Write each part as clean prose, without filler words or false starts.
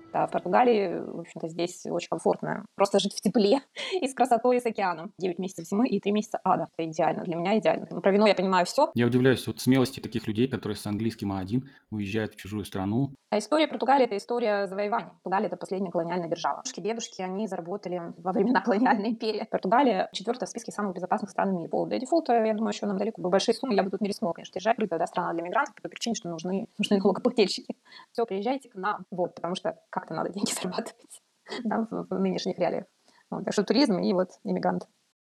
Да, в Португалии, в общем-то, здесь очень комфортно просто жить в тепле и с красотой, и с океаном. 9 месяцев зимы и 3 месяца ада. Это идеально. Для меня идеально. Про вино я понимаю все. Я удивляюсь вот смелости таких людей, которые с английским А1 уезжают в чужую страну. А история Португалии — это история завоевания. Португалия — это последняя колониальная держава. Бабушки, дедушки, они заработали во времена колониальной империи. Португалия 4-я в списке самых безопасных стран в мире. По дефолта, я думаю, еще нам далеко. Большие суммы я бы тут не рискнула, конечно. Держать открытая, да, страна для мигрантов по той причине, что нужны налогоплательщики. Все, приезжайте к нам. Вот, потому что как-то надо деньги зарабатывать, да, в нынешних реалиях. Вот, так что туризм и вот иммигрант.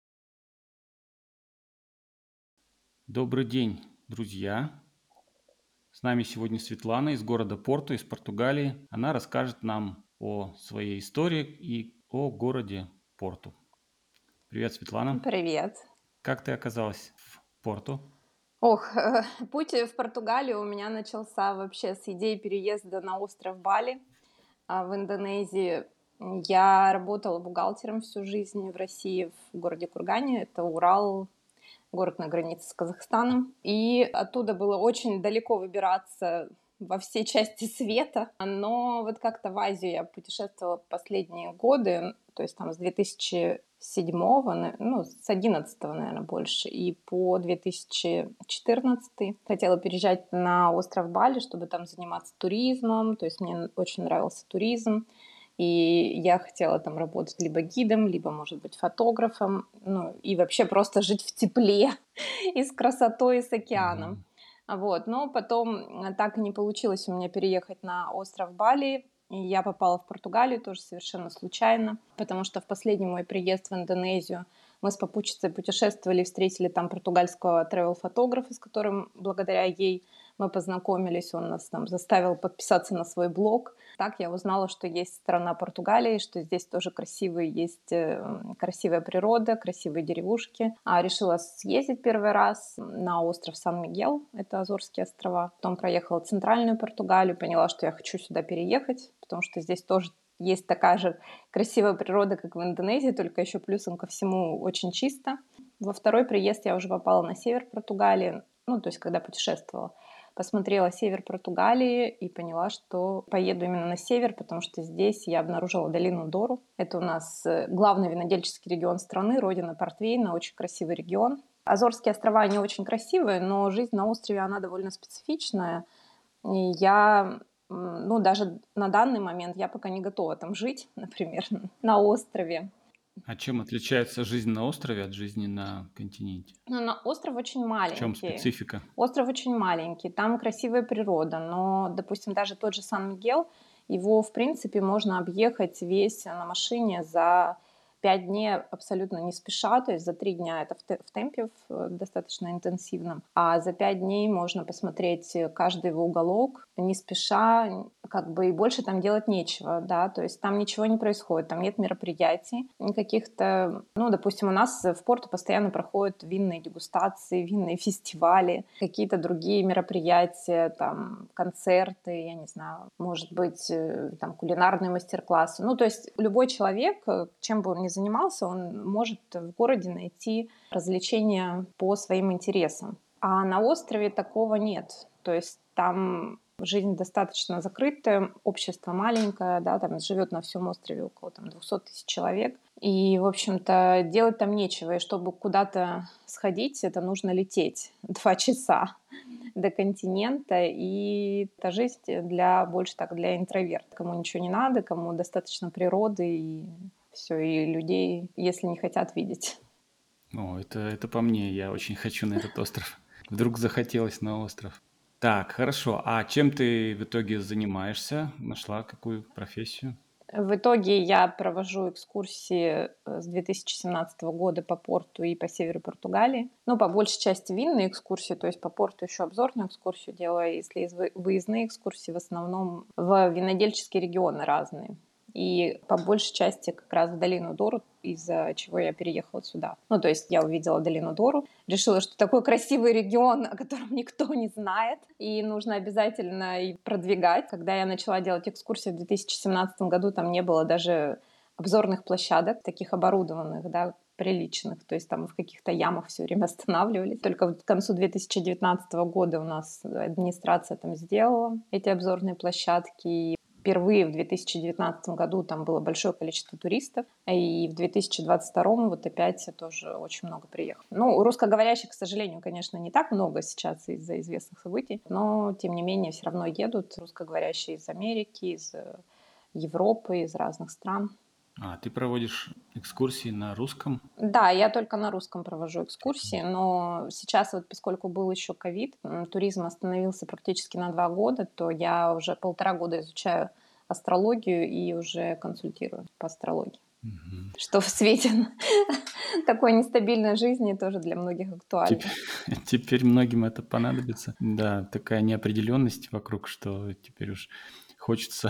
Добрый день, друзья! С нами сегодня Светлана из города Порту, из Португалии. Она расскажет нам о своей истории и о городе Порту. Привет, Светлана. Привет. Как ты оказалась в Порту? Ох, путь в Португалию у меня начался вообще с идеи переезда на остров Бали, в Индонезии. Я работала бухгалтером всю жизнь в России, в городе Кургане. Это Урал, город на границе с Казахстаном. И оттуда было очень далеко выбираться во все части света. Но вот как-то в Азию я путешествовала последние годы, то есть там с 2007, ну, с 11, наверное, больше, и по 2014 хотела переезжать на остров Бали, чтобы там заниматься туризмом, то есть мне очень нравился туризм, и я хотела там работать либо гидом, либо, может быть, фотографом, ну, и вообще просто жить в тепле и с красотой, и с океаном. Мгм. Вот, но потом так и не получилось у меня переехать на остров Бали, и я попала в Португалию тоже совершенно случайно, потому что в последний мой приезд в Индонезию мы с попутчицей путешествовали, встретили там португальского travel-фотографа, с которым благодаря ей мы познакомились, он нас там заставил подписаться на свой блог. Так я узнала, что есть страна Португалия, что здесь тоже красивые есть, красивая природа, красивые деревушки. Решила съездить первый раз на остров Сан-Мигел, это Азорские острова. Потом проехала центральную Португалию, поняла, что я хочу сюда переехать, потому что здесь тоже есть такая же красивая природа, как в Индонезии, только еще плюсом ко всему очень чисто. Во второй приезд я уже попала на север Португалии, ну, то есть когда путешествовала. Посмотрела север Португалии и поняла, что поеду именно на север, потому что здесь я обнаружила долину Дору. Это у нас главный винодельческий регион страны, родина портвейна, очень красивый регион. Азорские острова, они очень красивые, но жизнь на острове, она довольно специфичная. И я, ну, даже на данный момент я пока не готова там жить, например, на острове. А чем отличается жизнь на острове от жизни на континенте? Ну, на остров очень В чем маленький. специфика? Остров очень маленький, там красивая природа, но, допустим, даже тот же Сан-Мигел, его, в принципе, можно объехать весь на машине за 5 дней абсолютно не спеша, то есть за 3 дня это в темпе достаточно интенсивном, а за 5 дней можно посмотреть каждый его уголок не спеша, как бы и больше там делать нечего, да, то есть там ничего не происходит, там нет мероприятий каких-то, ну, допустим, у нас в Порту постоянно проходят винные дегустации, винные фестивали, какие-то другие мероприятия, там, концерты, я не знаю, может быть, там, кулинарные мастер-классы, ну, то есть любой человек, чем бы он ни занимался, он может в городе найти развлечения по своим интересам. А на острове такого нет. То есть там жизнь достаточно закрытая, общество маленькое, да, там живет на всем острове около там, 200 тысяч человек. И, в общем-то, делать там нечего. И чтобы куда-то сходить, это нужно лететь 2 часа до континента. И это жизнь для, больше так, для интровертов. Кому ничего не надо, кому достаточно природы и все, и людей, если не хотят видеть. О, это по мне, я очень хочу на этот остров. Вдруг захотелось на остров. Так, хорошо. А чем ты в итоге занимаешься? Нашла какую профессию? В итоге я провожу экскурсии с 2017 года по Порту и по северу Португалии. Ну, по большей части винные экскурсии, то есть по Порту еще обзорную экскурсию делаю, если из выездные экскурсии в основном в винодельческие регионы разные. И по большей части как раз в долину Дору, из-за чего я переехала сюда. Ну, то есть я увидела долину Дору, решила, что такой красивый регион, о котором никто не знает, и нужно обязательно и продвигать. Когда я начала делать экскурсии в 2017 году, там не было даже обзорных площадок, таких оборудованных, да, приличных, то есть там в каких-то ямах все время останавливались. Только к концу 2019 года у нас администрация там сделала эти обзорные площадки. впервые в 2019 году там было большое количество туристов, и в 2022 вот опять тоже очень много приехало. Ну, русскоговорящих, к сожалению, конечно, не так много сейчас из-за известных событий, но, тем не менее, все равно едут русскоговорящие из Америки, из Европы, из разных стран. А ты проводишь экскурсии на русском? Да, я только на русском провожу экскурсии, но сейчас вот, поскольку был еще ковид, туризм остановился практически на 2 года, то я уже 1,5 года изучаю астрологию и уже консультирую по астрологии. Мгм. Что в свете такой нестабильной жизни тоже для многих актуально. Теперь, теперь многим это понадобится. Да, такая неопределенность вокруг, что теперь уж хочется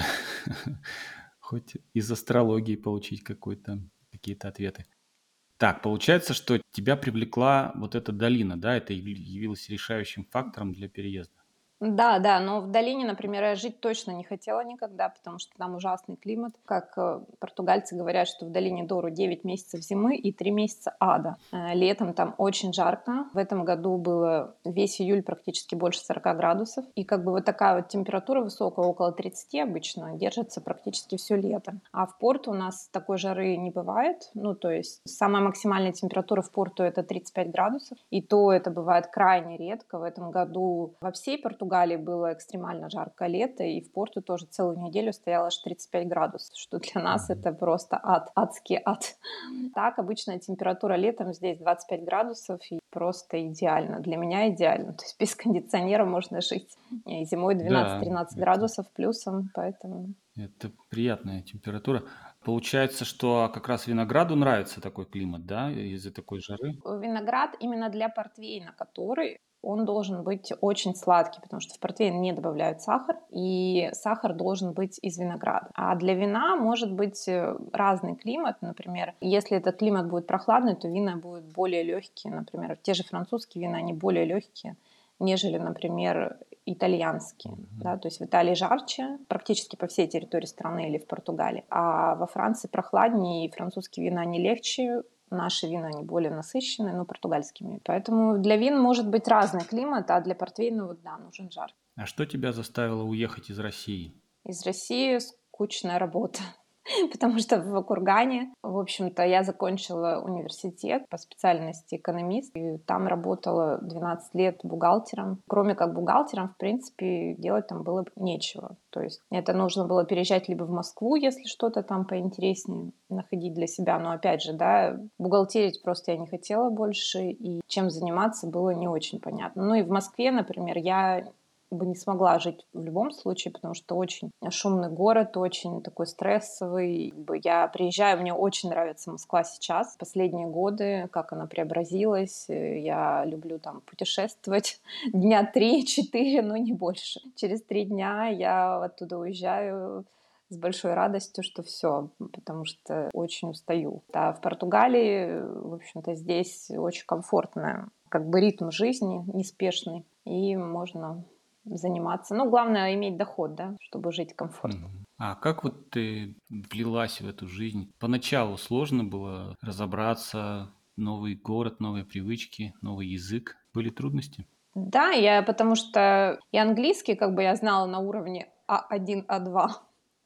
хоть из астрологии получить какие-то ответы. Так, получается, что тебя привлекла вот эта долина, да? Это явилось решающим фактором для переезда. Да, да, но в долине, например, я жить точно не хотела никогда, потому что там ужасный климат. Как португальцы говорят, что в долине Дору 9 месяцев зимы и 3 месяца ада. Летом там очень жарко. В этом году было весь июль практически больше 40 градусов. И как бы вот такая вот температура высокая, около 30 обычно, держится практически все лето. А в Порту у нас такой жары не бывает. Ну, то есть самая максимальная температура в Порту это 35 градусов. И то это бывает крайне редко. В этом году во всей Португалии было экстремально жаркое лето, и в Порту тоже целую неделю стояло аж 35 градусов, что для нас Мгм. это просто ад, адский ад. Так, обычная температура летом здесь 25 градусов, и просто идеально. Для меня идеально. То есть без кондиционера можно жить. И зимой Да, 12-13 это, градусов плюсом, поэтому... это приятная температура. Получается, что как раз винограду нравится такой климат, да, из-за такой жары? Виноград именно для портвейна, который он должен быть очень сладкий, потому что в портвейн не добавляют сахар, и сахар должен быть из винограда. А для вина может быть разный климат. Например, если этот климат будет прохладный, то вина будут более легкие. Например, те же французские вина, они более легкие, нежели, например, итальянские. Мгм. Да? То есть в Италии жарче, практически по всей территории страны или в Португалии, а во Франции прохладнее, и французские вина не легче, наши вина, они более насыщенные, но португальскими. Поэтому для вин может быть разный климат, а для портвейна, вот да, нужен жар. А что тебя заставило уехать из России? Из России скучная работа. Потому что в Кургане, в общем-то, я закончила университет по специальности экономист, и там работала 12 лет бухгалтером. Кроме как бухгалтером, в принципе, делать там было нечего. То есть это нужно было переезжать либо в Москву, если что-то там поинтереснее находить для себя. Но опять же, да, бухгалтерить просто я не хотела больше, и чем заниматься было не очень понятно. Ну и в Москве, например, я бы не смогла жить в любом случае, потому что очень шумный город, очень такой стрессовый. Как бы я приезжаю, мне очень нравится Москва сейчас. Последние годы, как она преобразилась, я люблю там путешествовать дня 3-4, но не больше. Через 3 дня я оттуда уезжаю с большой радостью, что все, потому что очень устаю. А в Португалии, в общем-то, здесь очень комфортно, как бы ритм жизни неспешный, и можно заниматься. Ну, главное иметь доход, да, чтобы жить комфортно. Мгм. А как вот ты влилась в эту жизнь? Поначалу сложно было разобраться, новый город, новые привычки, новый язык. Были трудности? Да, я потому что и английский как бы я знала на уровне А1, А2.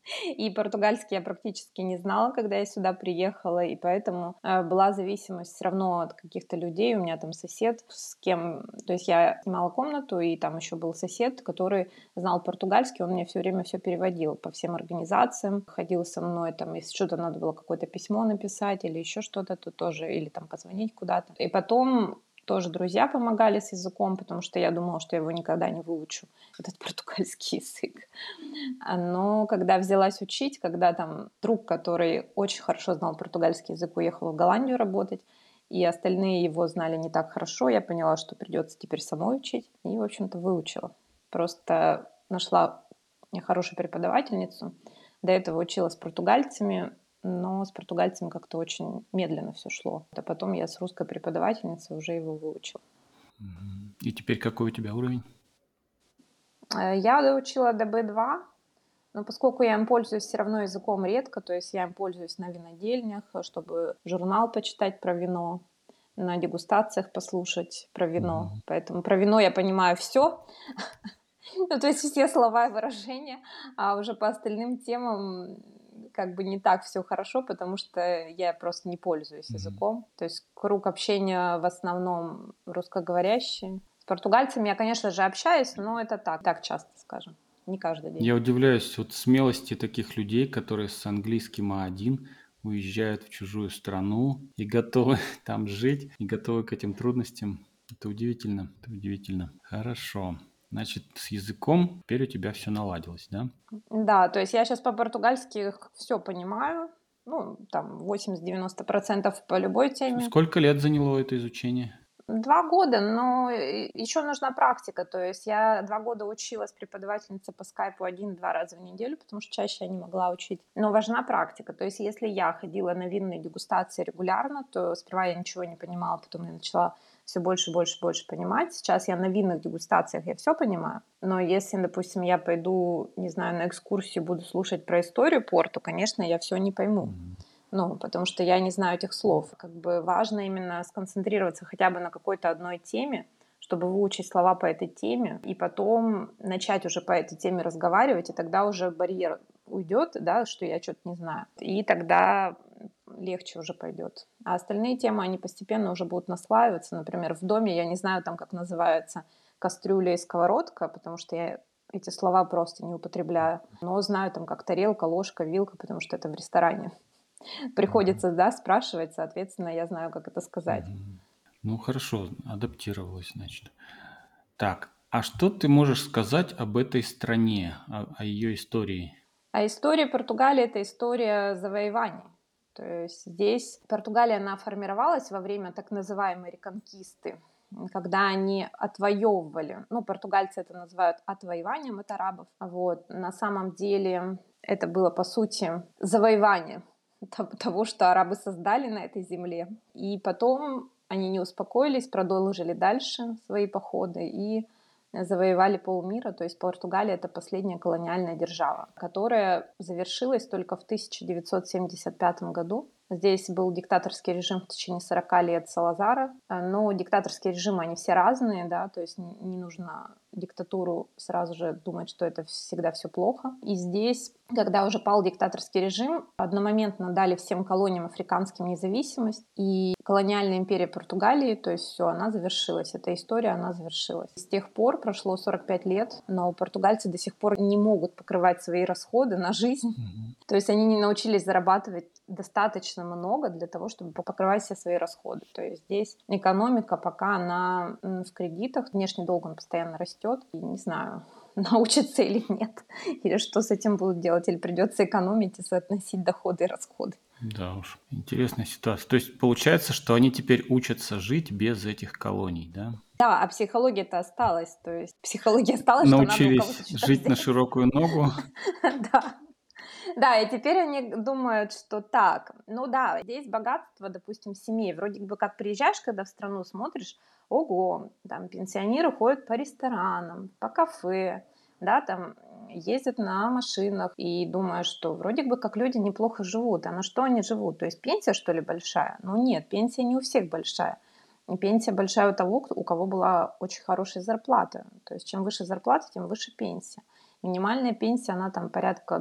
И португальский я практически не знала, когда я сюда приехала, и поэтому была зависимость все равно от каких-то людей. У меня там сосед, с кем... То есть я снимала комнату, и там еще был сосед, который знал португальский, он мне все время все переводил по всем организациям, ходил со мной, там, если что-то надо было какое-то письмо написать или еще что-то, то тоже, или там позвонить куда-то. И потом тоже друзья помогали с языком, потому что я думала, что я его никогда не выучу, этот португальский язык. Но когда взялась учить, когда там друг, который очень хорошо знал португальский язык, уехал в Голландию работать, и остальные его знали не так хорошо, я поняла, что придется теперь самой учить, и, в общем-то, выучила. Просто нашла хорошую преподавательницу. До этого училась с португальцами, но с португальцами как-то очень медленно все шло. А потом я с русской преподавательницей уже его выучила. Мгм. И теперь какой у тебя уровень? Я доучила до B2, но поскольку я им пользуюсь все равно языком редко, то есть я им пользуюсь на винодельнях, чтобы журнал почитать про вино, на дегустациях послушать про вино. Мгм. Поэтому про вино я понимаю все, Ну, то есть все слова и выражения, а уже по остальным темам как бы не так все хорошо, потому что я просто не пользуюсь Мгм. языком. То есть круг общения в основном русскоговорящий. С португальцами я, конечно же, общаюсь, но это так часто, скажем, не каждый день. Я удивляюсь вот смелости таких людей, которые с английским А1 уезжают в чужую страну и готовы там жить, и готовы к этим трудностям. Это удивительно, это удивительно. Хорошо. Значит, с языком теперь у тебя все наладилось, да? Да, то есть я сейчас по-португальски все понимаю, ну, там 80-90% по любой теме. Сколько лет заняло это изучение? 2 года, но еще нужна практика. То есть я 2 года училась преподавательница по скайпу 1-2 раза в неделю, потому что чаще я не могла учить. Но важна практика. То есть если я ходила на винные дегустации регулярно, то сперва я ничего не понимала, потом я начала все больше, больше, больше понимать. Сейчас я на винных дегустациях я все понимаю. Но если, допустим, я пойду, не знаю, на экскурсию, буду слушать про историю Порту, конечно, я все не пойму. Мгм. Ну, потому что я не знаю этих слов. Как бы важно именно сконцентрироваться хотя бы на какой-то одной теме, чтобы выучить слова по этой теме, и потом начать уже по этой теме разговаривать, и тогда уже барьер уйдет, да, что я что-то не знаю. И тогда легче уже пойдет. А остальные темы, они постепенно уже будут наслаиваться. Например, в доме я не знаю там, как называется кастрюля и сковородка, потому что я эти слова просто не употребляю. Но знаю там, как тарелка, ложка, вилка, потому что это в ресторане Мгм. приходится, да, спрашивать, соответственно, я знаю, как это сказать. Мгм. Ну хорошо, адаптировалась, значит. Так, а что ты можешь сказать об этой стране, о ее истории? А история Португалии — это история завоеваний. То есть здесь Португалия, она формировалась во время так называемой реконкисты, когда они отвоевывали, ну, португальцы это называют отвоеванием от арабов. Вот. На самом деле это было, по сути, завоевание того, что арабы создали на этой земле. И потом они не успокоились, продолжили дальше свои походы и завоевали полмира. То есть Португалия — это последняя колониальная держава, которая завершилась только в 1975 году. Здесь был диктаторский режим в течение 40 лет Салазара, но диктаторские режимы, они все разные, да, то есть не нужно диктатуру сразу же думать, что это всегда все плохо. И здесь, когда уже пал диктаторский режим, одномоментно дали всем колониям африканским независимость, и колониальная империя Португалии, то есть все, она завершилась, эта история, она завершилась. С тех пор прошло 45 лет, но португальцы до сих пор не могут покрывать свои расходы на жизнь. Мгм. То есть они не научились зарабатывать достаточно много для того, чтобы покрывать все свои расходы. То есть здесь экономика пока она в кредитах, внешний долг он постоянно растет. И не знаю, научатся или нет, или что с этим будут делать, или придется экономить и соотносить доходы и расходы. Да уж, интересная ситуация. То есть получается, что они теперь учатся жить без этих колоний, да? Да, а психология-то осталась. То есть психология осталась, что надо у кого-то Научились что-то жить на взять. широкую ногу. Да. Да, и теперь они думают, что так, ну да, здесь богатство, допустим, семей. Вроде бы как приезжаешь, когда в страну смотришь, ого, там пенсионеры ходят по ресторанам, по кафе, да, там ездят на машинах, и думаешь, что вроде бы как люди неплохо живут. А на что они живут? То есть пенсия, что ли, большая? Ну нет, пенсия не у всех большая. И пенсия большая у того, у кого была очень хорошая зарплата. То есть чем выше зарплата, тем выше пенсия. Минимальная пенсия, она там порядка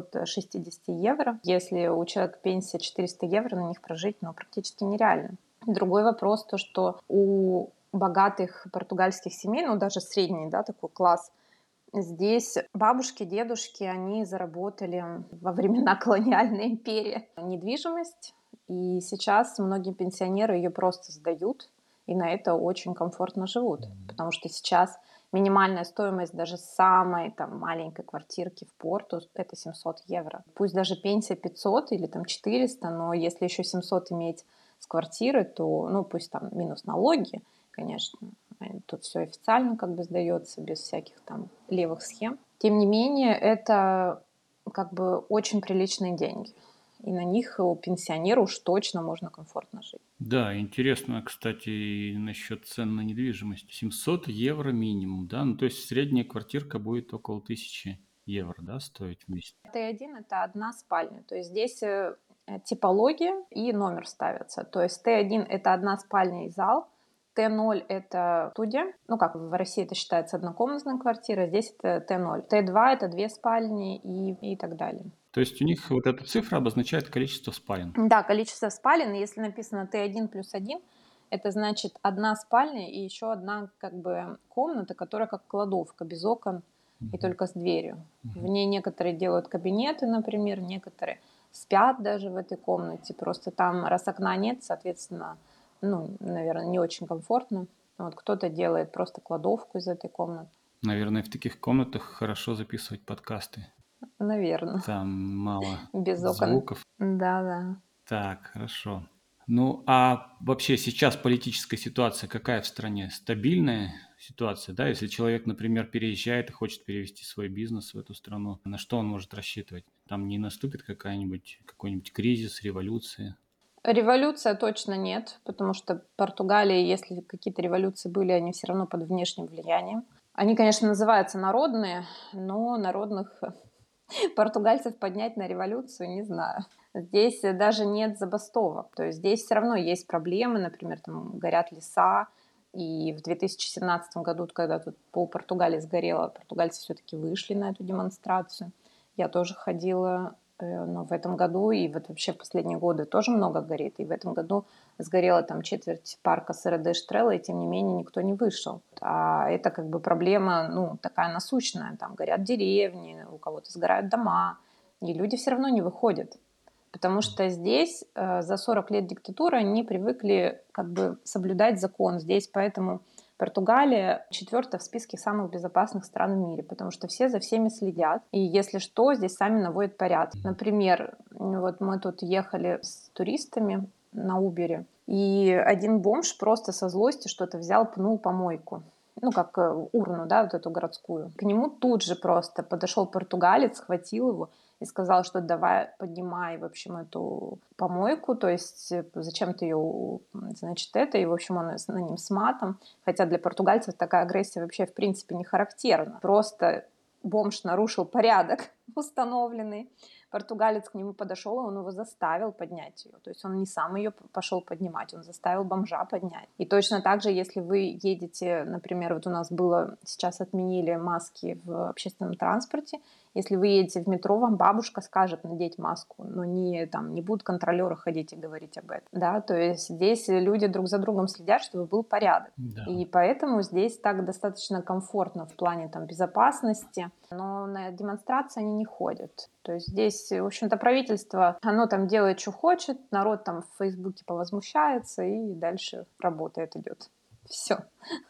260 евро. Если у человека пенсия 400 евро, на них прожить, ну, практически нереально. Другой вопрос, то, что у богатых португальских семей, ну, даже средний, да, такой класс, здесь бабушки, дедушки, они заработали во времена колониальной империи недвижимость, и сейчас многие пенсионеры ее просто сдают, и на это очень комфортно живут, Мгм. потому что сейчас минимальная стоимость даже самой там маленькой квартирки в Порту — это 700 евро. Пусть даже пенсия 500 или там 400, но если еще 700 иметь с квартиры, то, ну, пусть там минус налоги, конечно, тут все официально как бы сдается, без всяких там левых схем. Тем не менее, это как бы очень приличные деньги. И на них у пенсионера уж точно можно комфортно жить. Да, интересно, кстати, и насчет цен на недвижимость. 700 евро минимум, да? Ну, то есть средняя квартирка будет около 1000 евро, да, стоить в месяц? Т1 — это одна спальня. То есть здесь типология и номер ставятся. То есть Т1 — это одна спальня и зал, Т0 — это студия. Ну, как в России это считается однокомнатная квартира, здесь это Т0. Т2 — это 2 спальни и так далее. То есть у них вот эта цифра обозначает количество спален. Да, количество спален, если написано Т1+1, это значит одна спальня и еще одна как бы комната, которая как кладовка, без окон и только с дверью. В ней некоторые делают кабинеты, например, некоторые спят даже в этой комнате. Просто там, раз окна нет, соответственно, ну, наверное, не очень комфортно. Вот кто-то делает просто кладовку из этой комнаты. Наверное, в таких комнатах хорошо записывать подкасты. Наверное. Там мало Без окон. звуков. Да. Так, хорошо. Ну, а вообще сейчас политическая ситуация какая в стране? Стабильная ситуация, да? Если человек, например, переезжает и хочет перевести свой бизнес в эту страну, на что он может рассчитывать? Там не наступит какой-нибудь кризис, революция? Революция точно нет, потому что Португалии, если какие-то революции были, они все равно под внешним влиянием. Они, конечно, называются народные, но народных португальцев поднять на революцию не знаю. Здесь даже нет забастовок, то есть здесь все равно есть проблемы, например, там горят леса, и в 2017 году, когда тут пол Португалии сгорело, португальцы все-таки вышли на эту демонстрацию. Я тоже ходила, но в этом году, и вот вообще в последние годы тоже много горит, и в этом году сгорела там четверть парка Serra da Estrela, и тем не менее никто не вышел. А это как бы проблема, ну, такая насущная. Там горят деревни, у кого-то сгорают дома, и люди все равно не выходят. Потому что здесь за 40 лет диктатуры они привыкли как бы соблюдать закон. Здесь поэтому Португалия 4-я в списке самых безопасных стран в мире, потому что все за всеми следят. И если что, здесь сами наводят порядок. Например, вот мы тут ехали с туристами на Убере, и один бомж просто со злости что-то взял, пнул помойку. Ну, как урну, да, вот эту городскую. К нему тут же просто подошел португалец, схватил его и сказал, что давай поднимай, в общем, эту помойку, то есть зачем ты ее, значит, это, и, в общем, он на ним с матом, хотя для португальцев такая агрессия вообще, в принципе, не характерна. Просто бомж нарушил порядок установленный, португалец к нему подошел, и он его заставил поднять ее. То есть он не сам ее пошел поднимать, он заставил бомжа поднять. И точно так же, если вы едете, например, вот у нас было, сейчас отменили маски в общественном транспорте, если вы едете в метро, вам бабушка скажет надеть маску, но не будут контролеры ходить и говорить об этом. Да? То есть здесь люди друг за другом следят, чтобы был порядок. Да. И поэтому здесь так достаточно комфортно в плане там, безопасности, но на демонстрации они не ходят. То есть здесь, в общем-то, правительство, оно там делает, что хочет, народ там в Фейсбуке повозмущается, и дальше работает, идет. Все.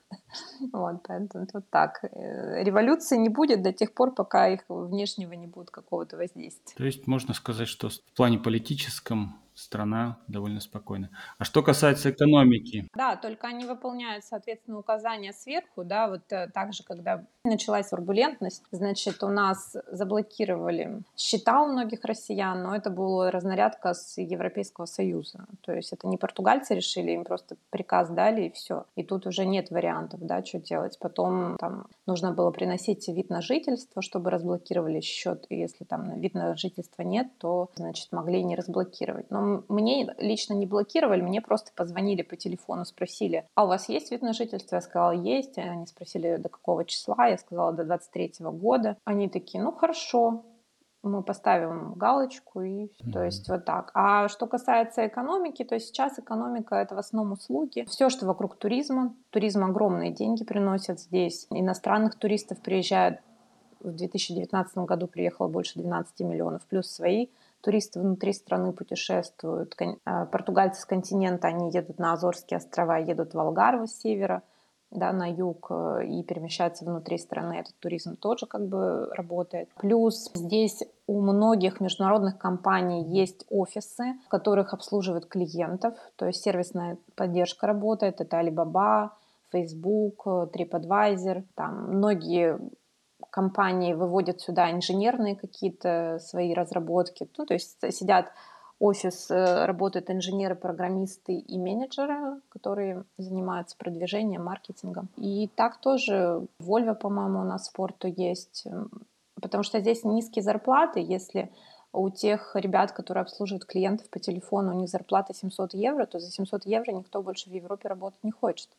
Вот, поэтому вот так. Революции не будет до тех пор, пока их внешнего не будет какого-то воздействия. То есть можно сказать, что в плане политическом страна довольно спокойна. А что касается экономики? Да, только они выполняют, соответственно, указания сверху, да, вот так же, когда началась турбулентность, значит, у нас заблокировали счета у многих россиян, но это была разнарядка с Европейского Союза, то есть это не португальцы решили, им просто приказ дали и все, и тут уже нет вариантов, да, что делать. Потом там нужно было приносить вид на жительство, чтобы разблокировали счет, и если там вид на жительство нет, то, значит, могли не разблокировать. Но мне лично не блокировали, мне просто позвонили по телефону, спросили, а у вас есть вид на жительство? Я сказала, есть. Они спросили, до какого числа? Я сказала, до 23-го года. Они такие, ну хорошо, мы поставим галочку и то есть вот так. А что касается экономики, то сейчас экономика — это в основном услуги. Все, что вокруг туризма. Туризм огромные деньги приносит здесь. Иностранных туристов приезжает, в 2019 году приехало больше 12 миллионов, плюс свои туристы внутри страны путешествуют. Португальцы с континента, они едут на Азорские острова, едут в Алгарве с севера, да, на юг, и перемещаются внутри страны. Этот туризм тоже как бы работает. Плюс здесь у многих международных компаний есть офисы, в которых обслуживают клиентов, то есть сервисная поддержка работает. Это Alibaba, Facebook, TripAdvisor. Там многие компании выводят сюда инженерные какие-то свои разработки. Ну, то есть сидят офис, работают инженеры, программисты и менеджеры, которые занимаются продвижением, маркетингом. И так тоже Volvo, по-моему, у нас в Порту есть. Потому что здесь низкие зарплаты. Если у тех ребят, которые обслуживают клиентов по телефону, у них зарплата 700 евро, то за 700 евро никто больше в Европе работать не хочет.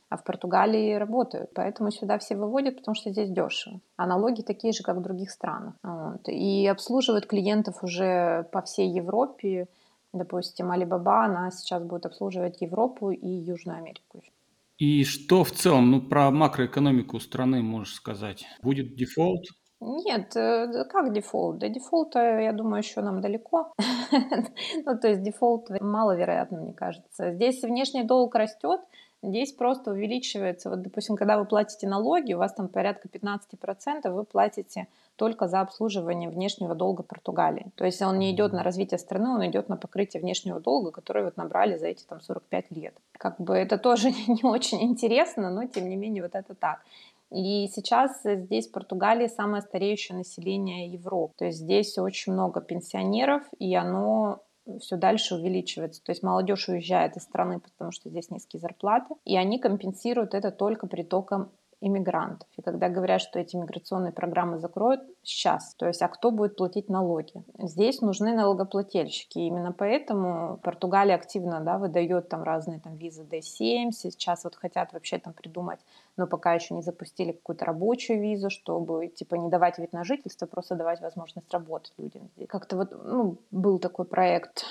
а в Португалии работают. Поэтому сюда все выводят, потому что здесь дешево. А налоги такие же, как в других странах. Вот. И обслуживают клиентов уже по всей Европе. Допустим, Alibaba, она сейчас будет обслуживать Европу и Южную Америку. И что в целом, ну, про макроэкономику страны можешь сказать? Будет дефолт? Нет, да как дефолт? До дефолта, я думаю, еще нам далеко. Ну, то есть дефолт маловероятно, мне кажется. Здесь внешний долг растет, здесь просто увеличивается. Вот, допустим, когда вы платите налоги, у вас там порядка 15% вы платите только за обслуживание внешнего долга Португалии. То есть он не идет на развитие страны, он идет на покрытие внешнего долга, который вот набрали за эти там 45 лет. Как бы это тоже не очень интересно, но тем не менее вот это так. И сейчас здесь, в Португалии, самое стареющее население Европы. То есть здесь очень много пенсионеров, и оно все дальше увеличивается. То есть молодежь уезжает из страны, потому что здесь низкие зарплаты, и они компенсируют это только притоком иммигрантов. И когда говорят, что эти миграционные программы закроют, сейчас. То есть, а кто будет платить налоги? Здесь нужны налогоплательщики. И именно поэтому Португалия активно, да, выдает там разные там визы D7. Сейчас вот хотят вообще там придумать, но пока еще не запустили какую-то рабочую визу, чтобы типа не давать вид на жительство, просто давать возможность работать людям здесь. Как-то вот, ну, был такой проект.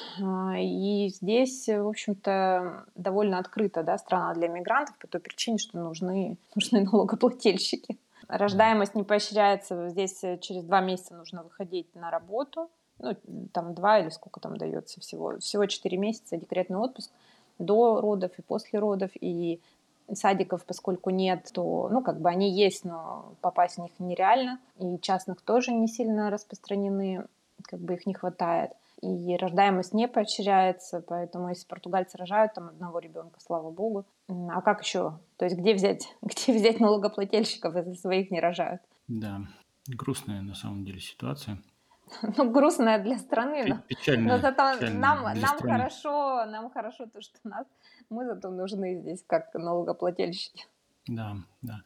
И здесь, в общем-то, довольно открыта, да, страна для мигрантов по той причине, что нужны налогоплательщики. Рождаемость не поощряется. Здесь через 2 месяца нужно выходить на работу. Ну, там 2 или сколько там дается всего. Всего 4 месяца декретный отпуск до родов и после родов. И садиков, поскольку нет, то, ну, как бы они есть, но попасть в них нереально. И частных тоже не сильно распространены, как бы их не хватает. И рождаемость не поощряется, поэтому если португальцы рожают там одного ребенка, слава богу. А как еще? То есть где взять налогоплательщиков, если своих не рожают? Да, грустная на самом деле ситуация. Ну, грустная для страны, но Печальная, зато печальная для страны. нам хорошо то, что мы зато нужны здесь как налогоплательщики. Да, да.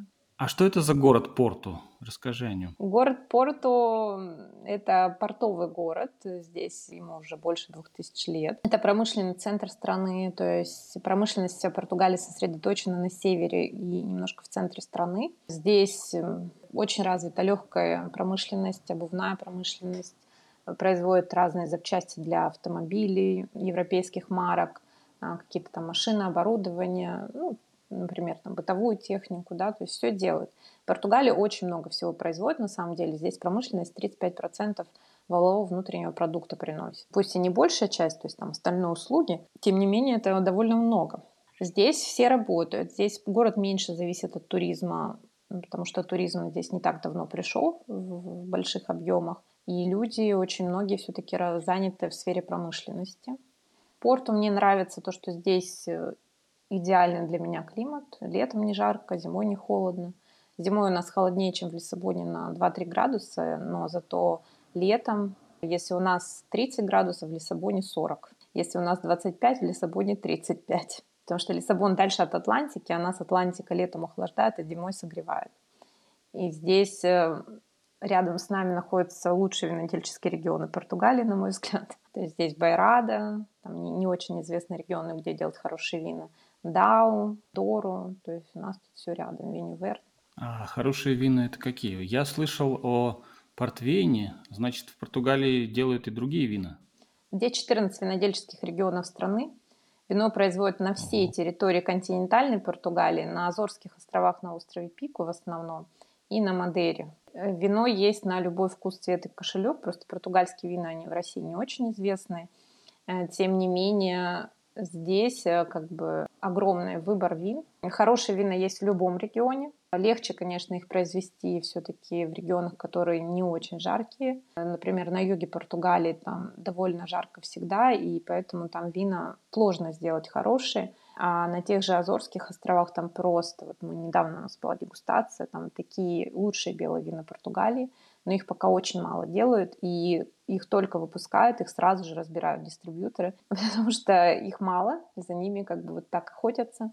А что это за город Порту? Расскажи о нем. Город Порту — это портовый город. Здесь ему уже больше 2000 лет. Это промышленный центр страны, то есть промышленность Португалии сосредоточена на севере и немножко в центре страны. Здесь очень развита легкая промышленность, обувная промышленность, производят разные запчасти для автомобилей, европейских марок, какие-то там машины, оборудование, ну, например, там, бытовую технику, да, то есть все делают. Португалия очень много всего производит, на самом деле. Здесь промышленность 35% валового внутреннего продукта приносит. Пусть и не большая часть, то есть там остальные услуги, тем не менее это довольно много. Здесь все работают. Здесь город меньше зависит от туризма, потому что туризм здесь не так давно пришел в больших объемах. И люди, очень многие все-таки заняты в сфере промышленности. Порту мне нравится то, что здесь идеальный для меня климат. Летом не жарко, зимой не холодно. Зимой у нас холоднее, чем в Лиссабоне на 2-3 градуса, но зато летом, если у нас 30 градусов, в Лиссабоне 40. Если у нас 25, в Лиссабоне 35. Потому что Лиссабон дальше от Атлантики, а нас Атлантика летом охлаждает, а зимой согревает. И здесь рядом с нами находятся лучшие винодельческие регионы Португалии, на мой взгляд. То есть здесь Байрада, там не очень известные регионы, где делают хорошие вина. Дау, Дору, то есть у нас тут все рядом, Виньювер. А хорошие вина это какие? Я слышал о портвейне, значит, в Португалии делают и другие вина. Здесь 14 винодельческих регионов страны. Вино производят на всей Ого. территории континентальной Португалии, на Азорских островах, на острове Пико в основном, и на Мадейре. Вино есть на любой вкус, цвет и кошелек. Просто португальские вина, они в России не очень известные. Тем не менее, здесь как бы огромный выбор вин. Хорошие вина есть в любом регионе. Легче, конечно, их произвести все-таки в регионах, которые не очень жаркие. Например, на юге Португалии там довольно жарко всегда, и поэтому там вина сложно сделать хорошие. А на тех же Азорских островах там просто, вот мы недавно у нас была дегустация, там такие лучшие белые вина Португалии, но их пока очень мало делают, и их только выпускают, их сразу же разбирают дистрибьюторы, потому что их мало, за ними как бы вот так охотятся,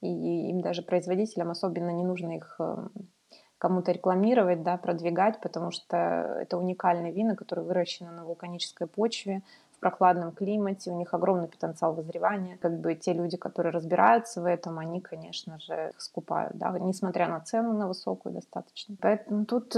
и им даже производителям особенно не нужно их кому-то рекламировать, да, продвигать, потому что это уникальные вина, которые выращены на вулканической почве, в прохладном климате, у них огромный потенциал вызревания. Как бы те люди, которые разбираются в этом, они, конечно же, их скупают, да, несмотря на цену на высокую достаточно. Поэтому тут,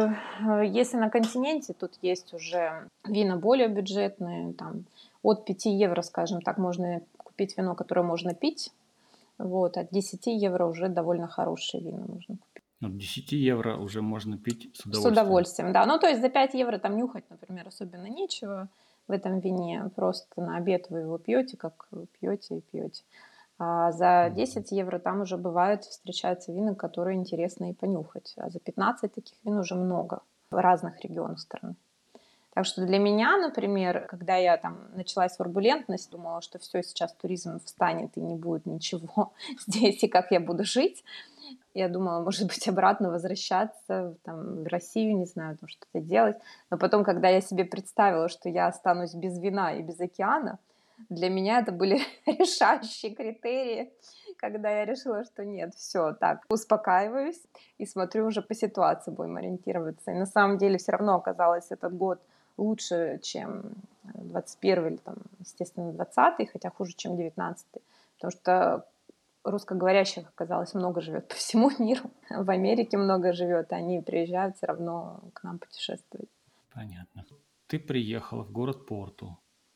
если на континенте, тут есть уже вина более бюджетные, там от 5 евро, скажем так, можно купить вино, которое можно пить. Вот, от 10 евро уже довольно хорошие вина можно купить. От 10 евро уже можно пить с С удовольствием. удовольствием, да. Ну, то есть за 5 евро там нюхать, например, особенно нечего в этом вине. Просто на обед вы его пьете, как пьете и пьете. А за 10 евро там уже бывает встречаются вина, которые интересно и понюхать. А за 15 таких вин уже много в разных регионах страны. Так что для меня, например, когда я там началась турбулентность, думала, что все, сейчас туризм встанет и не будет ничего здесь, и как я буду жить. Я думала, может быть, обратно возвращаться там, в Россию, не знаю, там что-то делать. Но потом, когда я себе представила, что я останусь без вина и без океана, для меня это были решающие критерии, когда я решила, что нет, все, так, успокаиваюсь и смотрю уже по ситуации, будем ориентироваться. И на самом деле все равно оказалось этот год лучше, чем 21 или, там, естественно, 20, хотя хуже, чем 19. Потому что русскоговорящих оказалось много живет по всему миру. В Америке много живет, они приезжают все равно к нам путешествовать. Понятно. Ты приехала в город Порту.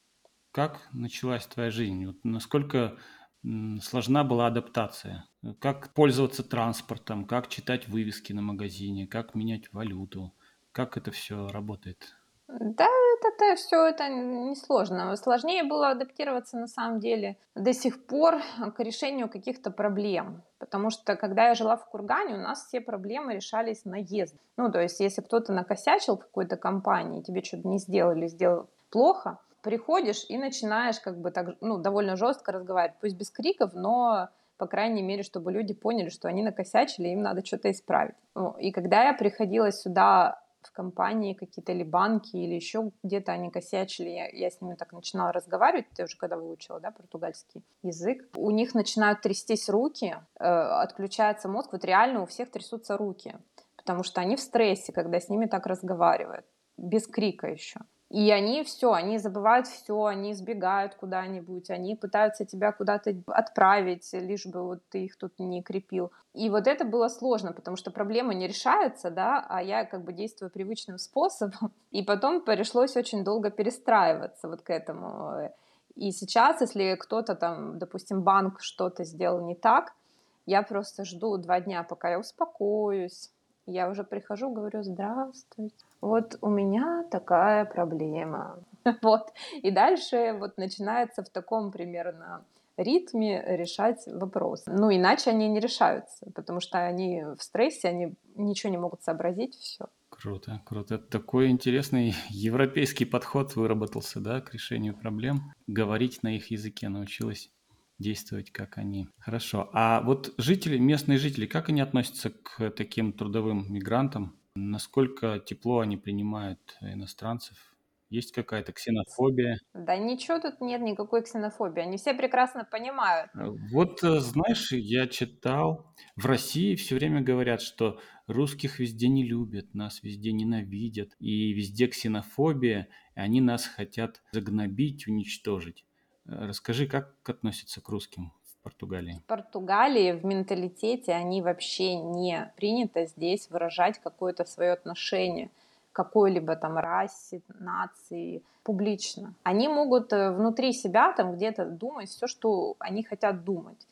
Как началась твоя жизнь? Вот насколько сложна была адаптация? Как пользоваться транспортом? Как читать вывески на магазине? Как менять валюту? Как это все работает? Да, это все это несложно. Сложнее было адаптироваться на самом деле до сих пор к решению каких-то проблем. Потому что когда я жила в Кургане, у нас все проблемы решались наездом. Ну, то есть, если кто-то накосячил в какой-то компании, тебе что-то не сделали, сделал плохо, приходишь и начинаешь как бы так, ну, довольно жестко разговаривать. Пусть без криков, но по крайней мере, чтобы люди поняли, что они накосячили, им надо что-то исправить. Ну, и когда я приходила сюда в компании какие-то или банки, или еще где-то они косячили, я с ними так начинала разговаривать, ты уже когда выучила, да, португальский язык, у них начинают трястись руки, отключается мозг, вот реально у всех трясутся руки, потому что они в стрессе, когда с ними так разговаривают, без крика еще. И они все, они забывают все, они сбегают куда-нибудь, они пытаются тебя куда-то отправить, лишь бы вот ты их тут не крепил. И вот это было сложно, потому что проблема не решается, да, а я как бы действую привычным способом. И потом пришлось очень долго перестраиваться вот к этому. И сейчас, если кто-то там, допустим, банк что-то сделал не так, я просто жду 2 дня, пока я успокоюсь. Я уже прихожу, говорю: здравствуйте, вот у меня такая проблема. Вот. И дальше вот начинается в таком примерно ритме решать вопросы. Ну, иначе они не решаются, потому что они в стрессе, они ничего не могут сообразить, все. Круто, круто. Такой интересный европейский подход выработался, да, к решению проблем. Говорить на их языке научилась, действовать как они. Хорошо. А вот жители, местные жители, как они относятся к таким трудовым мигрантам? Насколько тепло они принимают иностранцев? Есть какая-то ксенофобия? Да ничего тут нет, никакой ксенофобии. Они все прекрасно понимают. Вот, знаешь, я читал, в России все время говорят, что русских везде не любят, нас везде ненавидят, и везде ксенофобия, и они нас хотят загнобить, уничтожить. Расскажи, как относятся к русским в Португалии? В Португалии в менталитете они вообще не принято здесь выражать какое-то свое отношение к какой-либо там расе, нации публично. Они могут внутри себя там где-то думать все, что они хотят думать.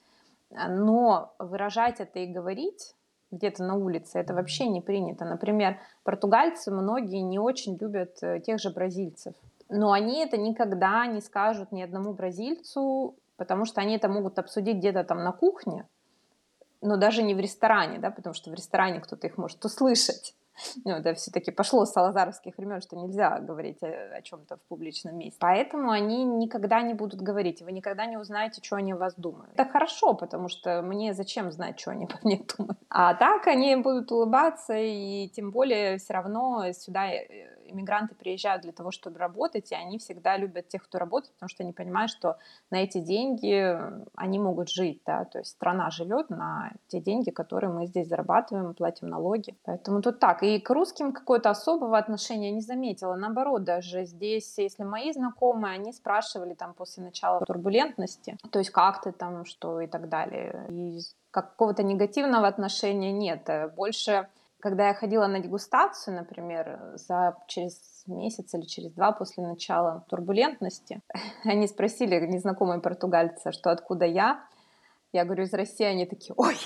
Но выражать это и говорить где-то на улице, это вообще не принято. Например, португальцы многие не очень любят тех же бразильцев. Но они это никогда не скажут ни одному бразильцу, потому что они это могут обсудить где-то там на кухне, но даже не в ресторане, да, потому что в ресторане кто-то их может услышать. Ну, это все-таки пошло с салазаровских времен, что нельзя говорить о чем-то в публичном месте. Поэтому они никогда не будут говорить, вы никогда не узнаете, что они о вас думают. Это хорошо, потому что мне зачем знать, что они обо мне думают. А так они будут улыбаться, и тем более все равно сюда иммигранты приезжают для того, чтобы работать, и они всегда любят тех, кто работает, потому что они понимают, что на эти деньги они могут жить, да, то есть страна живет на те деньги, которые мы здесь зарабатываем, платим налоги. Поэтому тут так. И к русским какое-то особого отношения не заметила. Наоборот, даже здесь, если мои знакомые, они спрашивали там после начала турбулентности, то есть как ты там, что и так далее. И какого-то негативного отношения нет. Больше, когда я ходила на дегустацию, например, через месяц или через 2 после начала турбулентности, они спросили, незнакомые португальцы, что откуда я. Я говорю, из России, они такие, ой,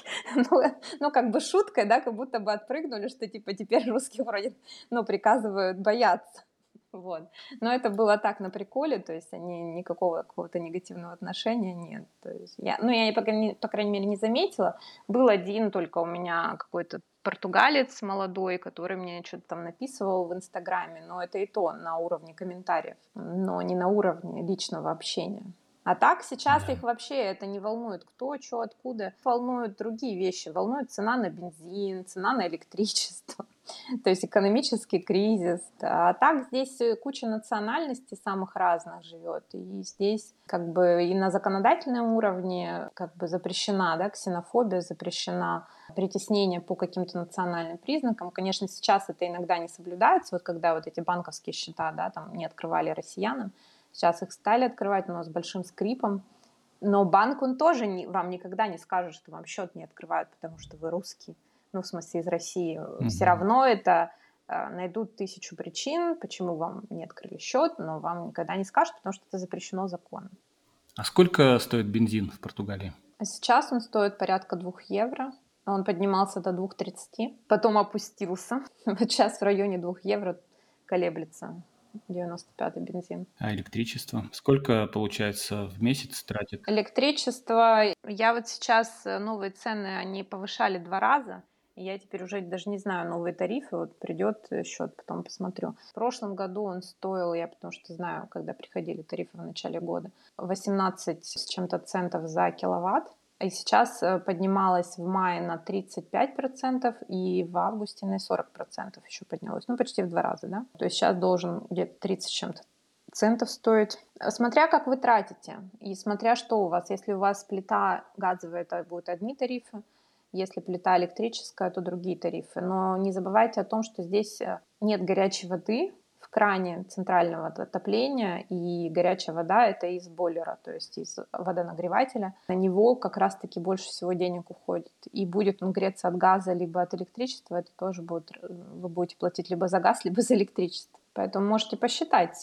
ну как бы шуткой, да, как будто бы отпрыгнули, что типа теперь русские вроде, приказывают бояться. Вот. Но это было так на приколе, то есть они никакого какого-то негативного отношения нет. То есть я по крайней мере, не заметила. Был один только у меня какой-то португалец молодой, который мне что-то там написывал в Инстаграме, но это и то на уровне комментариев, но не на уровне личного общения. А так сейчас Да. их вообще это не волнует, кто, что, откуда. Волнуют другие вещи. Волнует цена на бензин, цена на электричество. То есть экономический кризис. Да. А так здесь куча национальностей самых разных живет. И здесь как бы и на законодательном уровне как бы запрещена, да, ксенофобия, запрещена притеснение по каким-то национальным признакам. Конечно, сейчас это иногда не соблюдается. Вот когда вот эти банковские счета, да, там не открывали россиянам, сейчас их стали открывать, но с большим скрипом. Но банк, он тоже вам никогда не скажет, что вам счет не открывают, потому что вы русский. Ну, в смысле, из России. Все Мгм. равно это найдут 1000 причин, почему вам не открыли счет, но вам никогда не скажут, потому что это запрещено законом. А сколько стоит бензин в Португалии? А сейчас он стоит порядка 2 евро. Он поднимался до 2,30, потом опустился. Вот сейчас в районе 2 евро колеблется 95-й бензин. А электричество? Сколько, получается, в месяц тратит? Электричество. Я вот сейчас новые цены, они повышали 2 раза. И я теперь уже даже не знаю новые тарифы. Вот придет счет, потом посмотрю. В прошлом году он стоил, я потому что знаю, когда приходили тарифы в начале года, 18 с чем-то центов за киловатт. И сейчас поднималось в мае на 35%, и в августе на 40% еще поднялось. Ну, почти в 2 раза, да? То есть сейчас должен где-то 30 с чем-то центов стоит. Смотря как вы тратите и смотря что у вас. Если у вас плита газовая, это будут одни тарифы. Если плита электрическая, то другие тарифы. Но не забывайте о том, что здесь нет горячей воды в кране центрального отопления, и горячая вода это из бойлера, то есть из водонагревателя. На него как раз-таки больше всего денег уходит. И будет он греться от газа либо от электричества, это тоже будет, вы будете платить либо за газ, либо за электричество. Поэтому можете посчитать,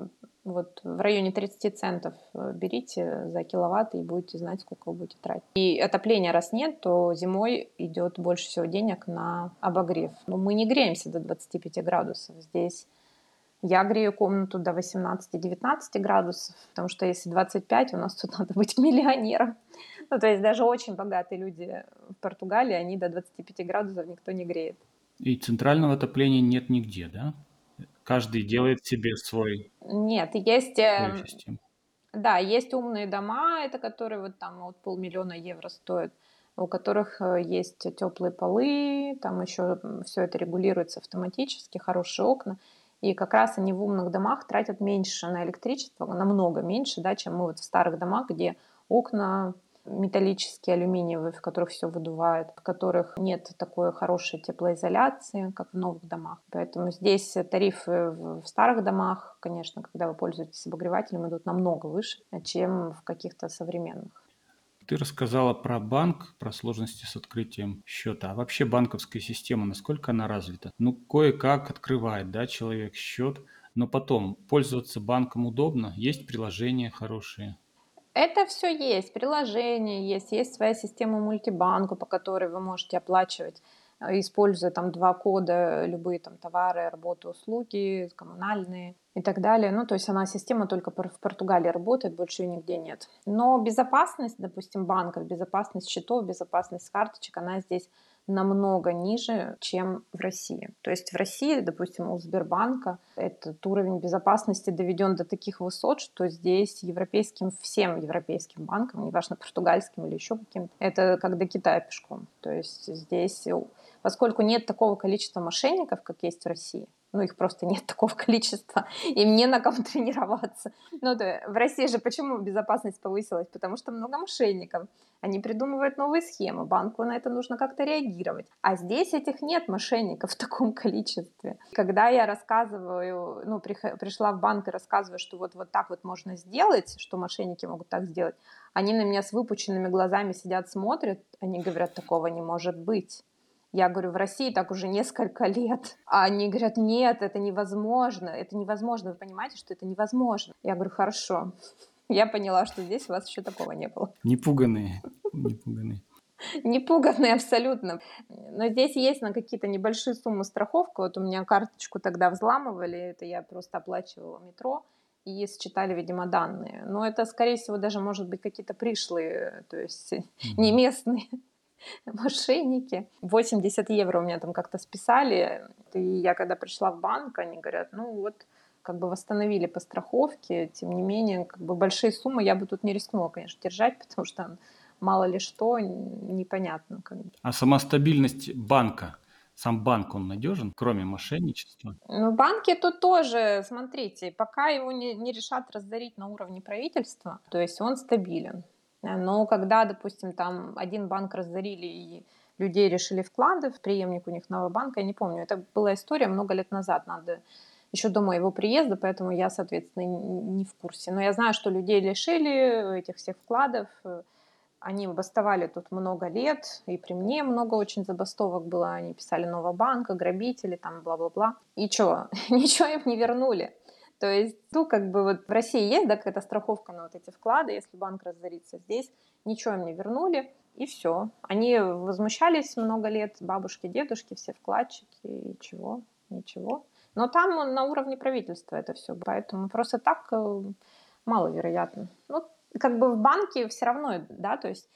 вот в районе 30 центов берите за киловатт и будете знать, сколько вы будете тратить. И отопления раз нет, то зимой идет больше всего денег на обогрев. Но мы не греемся до 25 градусов. Здесь я грею комнату до 18-19 градусов, потому что если 25, у нас тут надо быть миллионером. Ну, то есть даже очень богатые люди в Португалии, они до 25 градусов никто не греет. И центрального отопления нет нигде, да? Каждый делает себе Нет, есть свою систему. да, есть умные дома, это которые вот там от 500 000 евро стоят, у которых есть теплые полы, там еще все это регулируется автоматически, хорошие окна. И как раз они в умных домах тратят меньше на электричество, намного меньше, да, чем мы вот в старых домах, где окна металлические, алюминиевые, в которых все выдувает, в которых нет такой хорошей теплоизоляции, как в новых домах. Поэтому здесь тарифы в старых домах, конечно, когда вы пользуетесь обогревателем, идут намного выше, чем в каких-то современных. Ты рассказала про банк, про сложности с открытием счета. А вообще банковская система, насколько она развита? Ну, кое-как открывает, да, человек счет, но потом пользоваться банком удобно, есть приложения хорошие. Это все есть, приложение есть своя система мультибанка, по которой вы можете оплачивать, используя там 2 кода, любые там товары, работы, услуги, коммунальные и так далее. Ну, то есть она, система только в Португалии работает, больше ее нигде нет. Но безопасность, допустим, банков, безопасность счетов, безопасность карточек, она здесь намного ниже, чем в России. То есть в России, допустим, у Сбербанка этот уровень безопасности доведен до таких высот, что здесь всем европейским банкам, неважно, португальским или еще каким-то, это как до Китая пешком. То есть здесь, поскольку нет такого количества мошенников, как есть в России, Ну, их просто нет такого количества, им не на ком тренироваться. Ну, да, в России же почему безопасность повысилась? Потому что много мошенников. Они придумывают новые схемы, банку на это нужно как-то реагировать. А здесь этих нет мошенников в таком количестве. Когда я рассказываю, ну, пришла в банк и рассказываю, что вот так вот можно сделать, что мошенники могут так сделать, они на меня с выпученными глазами сидят, смотрят, они говорят, такого не может быть. Я говорю, в России так уже несколько лет. А они говорят, нет, это невозможно, вы понимаете, что это невозможно. Я говорю, хорошо. Я поняла, что здесь у вас еще такого не было. Непуганные, непуганные. Не пуганные абсолютно. Но здесь есть на какие-то небольшие суммы страховка. Вот у меня карточку тогда взламывали, это я просто оплачивала метро, и считали, видимо, данные. Но это, скорее всего, даже, может быть, какие-то пришлые, то есть не местные мошенники. 80 евро у меня там как-то списали. И я когда пришла в банк, они говорят, ну вот, как бы восстановили по страховке, тем не менее, как бы большие суммы я бы тут не рискнула, конечно, держать, потому что мало ли что, непонятно. Как бы. А сама стабильность банка, сам банк, он надежен, кроме мошенничества? Ну, банки тут тоже, смотрите, пока его не решат разорить на уровне правительства, то есть он стабилен. Но когда, допустим, там один банк разорили и людей решили вклады в преемник у них нового банка, я не помню, это была история много лет назад, надо еще до моего приезда, поэтому я, соответственно, не в курсе. Но я знаю, что людей лишили этих всех вкладов, они бастовали тут много лет, и при мне много очень забастовок было. Они писали Новобанк, грабители, там, бла-бла-бла. И что? Ничего им не вернули. То есть, ну, как бы вот в России есть, да, какая-то страховка на вот эти вклады, если банк разорится здесь, ничего им не вернули, и все. Они возмущались много лет, бабушки, дедушки, все вкладчики, и чего? Ничего. Но там на уровне правительства это все, поэтому просто так маловероятно. Ну, как бы в банке все равно, да, то есть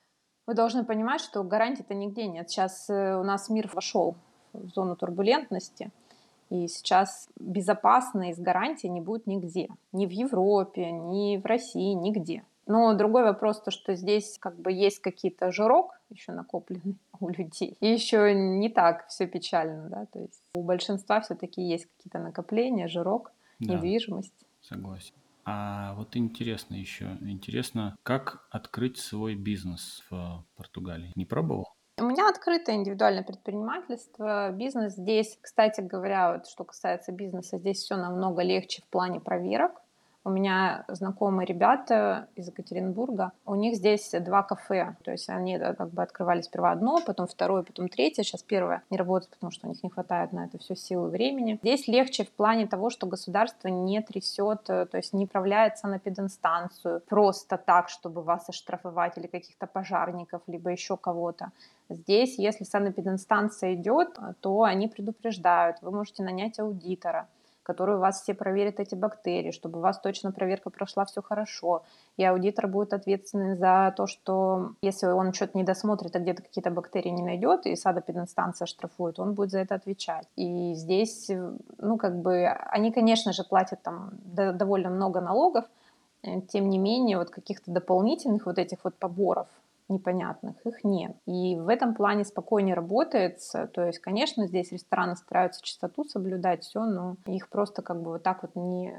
вы должны понимать, что гарантий-то нигде нет. Сейчас у нас мир вошел в зону турбулентности, и сейчас безопасно из гарантии не будет нигде. Ни в Европе, ни в России, нигде. Но другой вопрос, то, что здесь как бы есть какие-то жирок еще накопленный у людей. И еще не так все печально, да, то есть у большинства все-таки есть какие-то накопления, жирок, Да, недвижимость. согласен. А вот интересно еще, интересно, как открыть свой бизнес в Португалии? Не пробовал? У меня открытое индивидуальное предпринимательство, бизнес здесь, кстати говоря, вот что касается бизнеса, здесь все намного легче в плане проверок. У меня знакомые ребята из Екатеринбурга, у них здесь 2 кафе, то есть они как бы открывали сперва одно, потом второе, потом третье, сейчас первое не работает, потому что у них не хватает на это все сил и времени. Здесь легче в плане того, что государство не трясет, то есть не правляется на пединстанцию просто так, чтобы вас оштрафовать или каких-то пожарников, либо еще кого-то. Здесь, если санэпидинстанция идет, то они предупреждают, вы можете нанять аудитора, который у вас все проверит эти бактерии, чтобы у вас точно проверка прошла все хорошо. И аудитор будет ответственный за то, что если он что-то не досмотрит, а где-то какие-то бактерии не найдет, и санэпидинстанция штрафует, он будет за это отвечать. И здесь, ну, как бы, они, конечно же, платят там довольно много налогов, тем не менее, вот каких-то дополнительных вот этих вот поборов непонятных, их нет. И в этом плане спокойнее работается. То есть, конечно, здесь рестораны стараются чистоту соблюдать, все, но их просто как бы вот так вот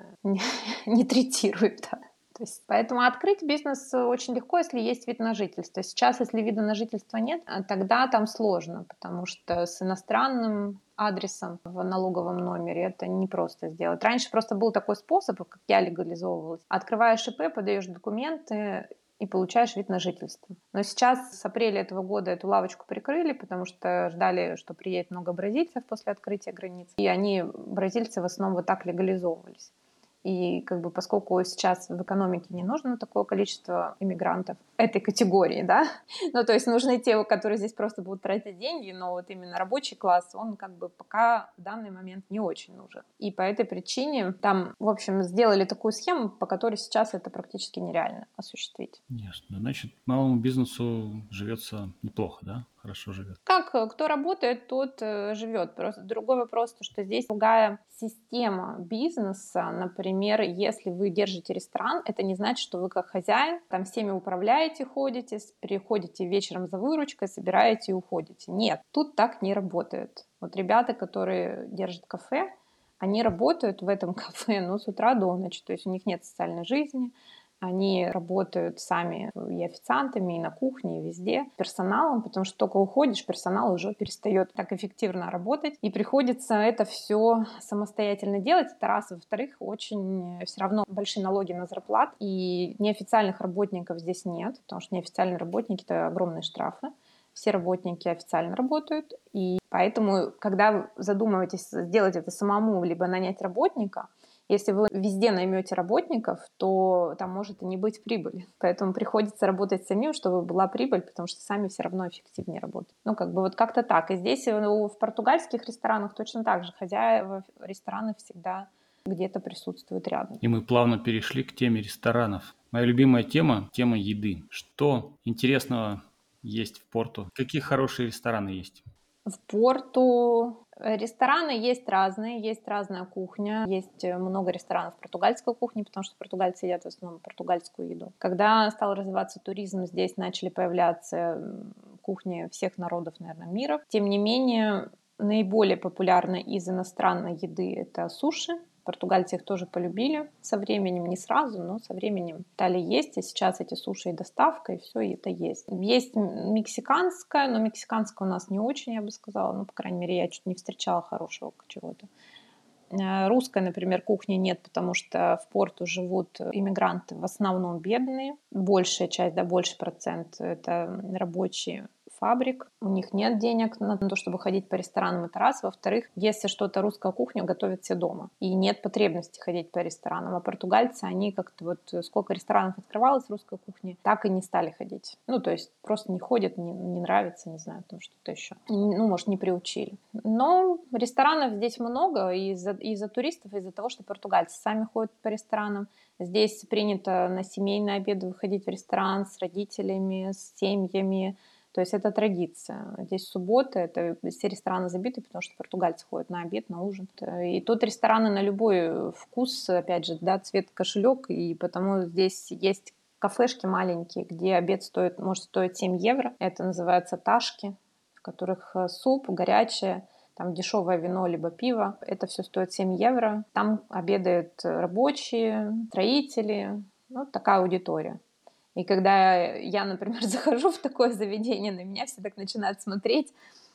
не третируют. Да. То есть, поэтому открыть бизнес очень легко, если есть вид на жительство. Сейчас, если вида на жительство нет, тогда там сложно, потому что с иностранным адресом в налоговом номере это не просто сделать. Раньше просто был такой способ, как я легализовывалась. Открываешь ИП, подаешь документы, и получаешь вид на жительство. Но сейчас с апреля этого года эту лавочку прикрыли, потому что ждали, что приедет много бразильцев после открытия границ. И они, бразильцы, в основном вот так легализовывались. И как бы поскольку сейчас в экономике не нужно такое количество иммигрантов этой категории, да, ну то есть нужны те, которые здесь просто будут тратить деньги, но вот именно рабочий класс, он как бы пока в данный момент не очень нужен. И по этой причине там, в общем, сделали такую схему, по которой сейчас это практически нереально осуществить. Ясно. Значит, малому бизнесу живется неплохо, да? Хорошо живет. Как кто работает, тот живет. Просто другой вопрос, то, что здесь другая система бизнеса. Например, если вы держите ресторан, это не значит, что вы как хозяин там всеми управляете, ходите, приходите вечером за выручкой, собираете и уходите. Нет, тут так не работает. Вот ребята, которые держат кафе, Они работают в этом кафе, ну, с утра до ночи, то есть у них нет социальной жизни, они работают сами и официантами, и на кухне, и везде, персоналом, потому что только уходишь, персонал уже перестает так эффективно работать, и приходится это все самостоятельно делать. Это раз. Во-вторых, очень все равно большие налоги на зарплат, и неофициальных работников здесь нет, потому что неофициальные работники — это огромные штрафы. Все работники официально работают, и поэтому, когда вы задумываетесь сделать это самому, либо нанять работника, если вы везде наймете работников, то там может и не быть прибыли. Поэтому приходится работать самим, чтобы была прибыль, потому что сами все равно эффективнее работают. Ну, как бы вот как-то так. И здесь в португальских ресторанах точно так же. Хозяева ресторанов всегда где-то присутствуют рядом. И мы плавно перешли к теме ресторанов. Моя любимая тема — тема еды. Что интересного есть в Порту? Какие хорошие рестораны есть? В Порту рестораны есть разная кухня, есть много ресторанов португальской кухни, потому что португальцы едят в основном португальскую еду. Когда стал развиваться туризм, здесь начали появляться кухни всех народов, наверное, мира. Тем не менее, наиболее популярной из иностранной еды — это суши. Португальцы их тоже полюбили со временем, не сразу, но со временем стали есть, и сейчас эти суши и доставка, и все это есть. Есть мексиканская, но мексиканская у нас не очень, я бы сказала, ну, по крайней мере, я чуть не встречала хорошего чего-то. Русской, например, кухни нет, потому что в Порту живут иммигранты, в основном бедные. Большая часть, да, больше процент — это рабочие фабрик. У них нет денег на то, чтобы ходить по ресторанам, это раз. Во-вторых, если что-то русскую кухню готовят все дома. И нет потребности ходить по ресторанам. А португальцы, они как-то вот сколько ресторанов открывалось русской кухни, так и не стали ходить. Ну, то есть просто не ходят, не нравится, не знаю, там что-то еще. Ну, может, не приучили. Но ресторанов здесь много из-за туристов, из-за того, что португальцы сами ходят по ресторанам. Здесь принято на семейные обеды выходить в ресторан с родителями, с семьями. То есть это традиция. Здесь суббота, это все рестораны забиты, потому что португальцы ходят на обед, на ужин. И тут рестораны на любой вкус, опять же, да, цвет, кошелек, и потому здесь есть кафешки маленькие, где обед может стоить 7 евро. Это называется ташки, в которых суп, горячее, там дешевое вино либо пиво. Это все стоит 7 евро. Там обедают рабочие, строители. Вот такая аудитория. И когда я, например, захожу в такое заведение, на меня все так начинают смотреть,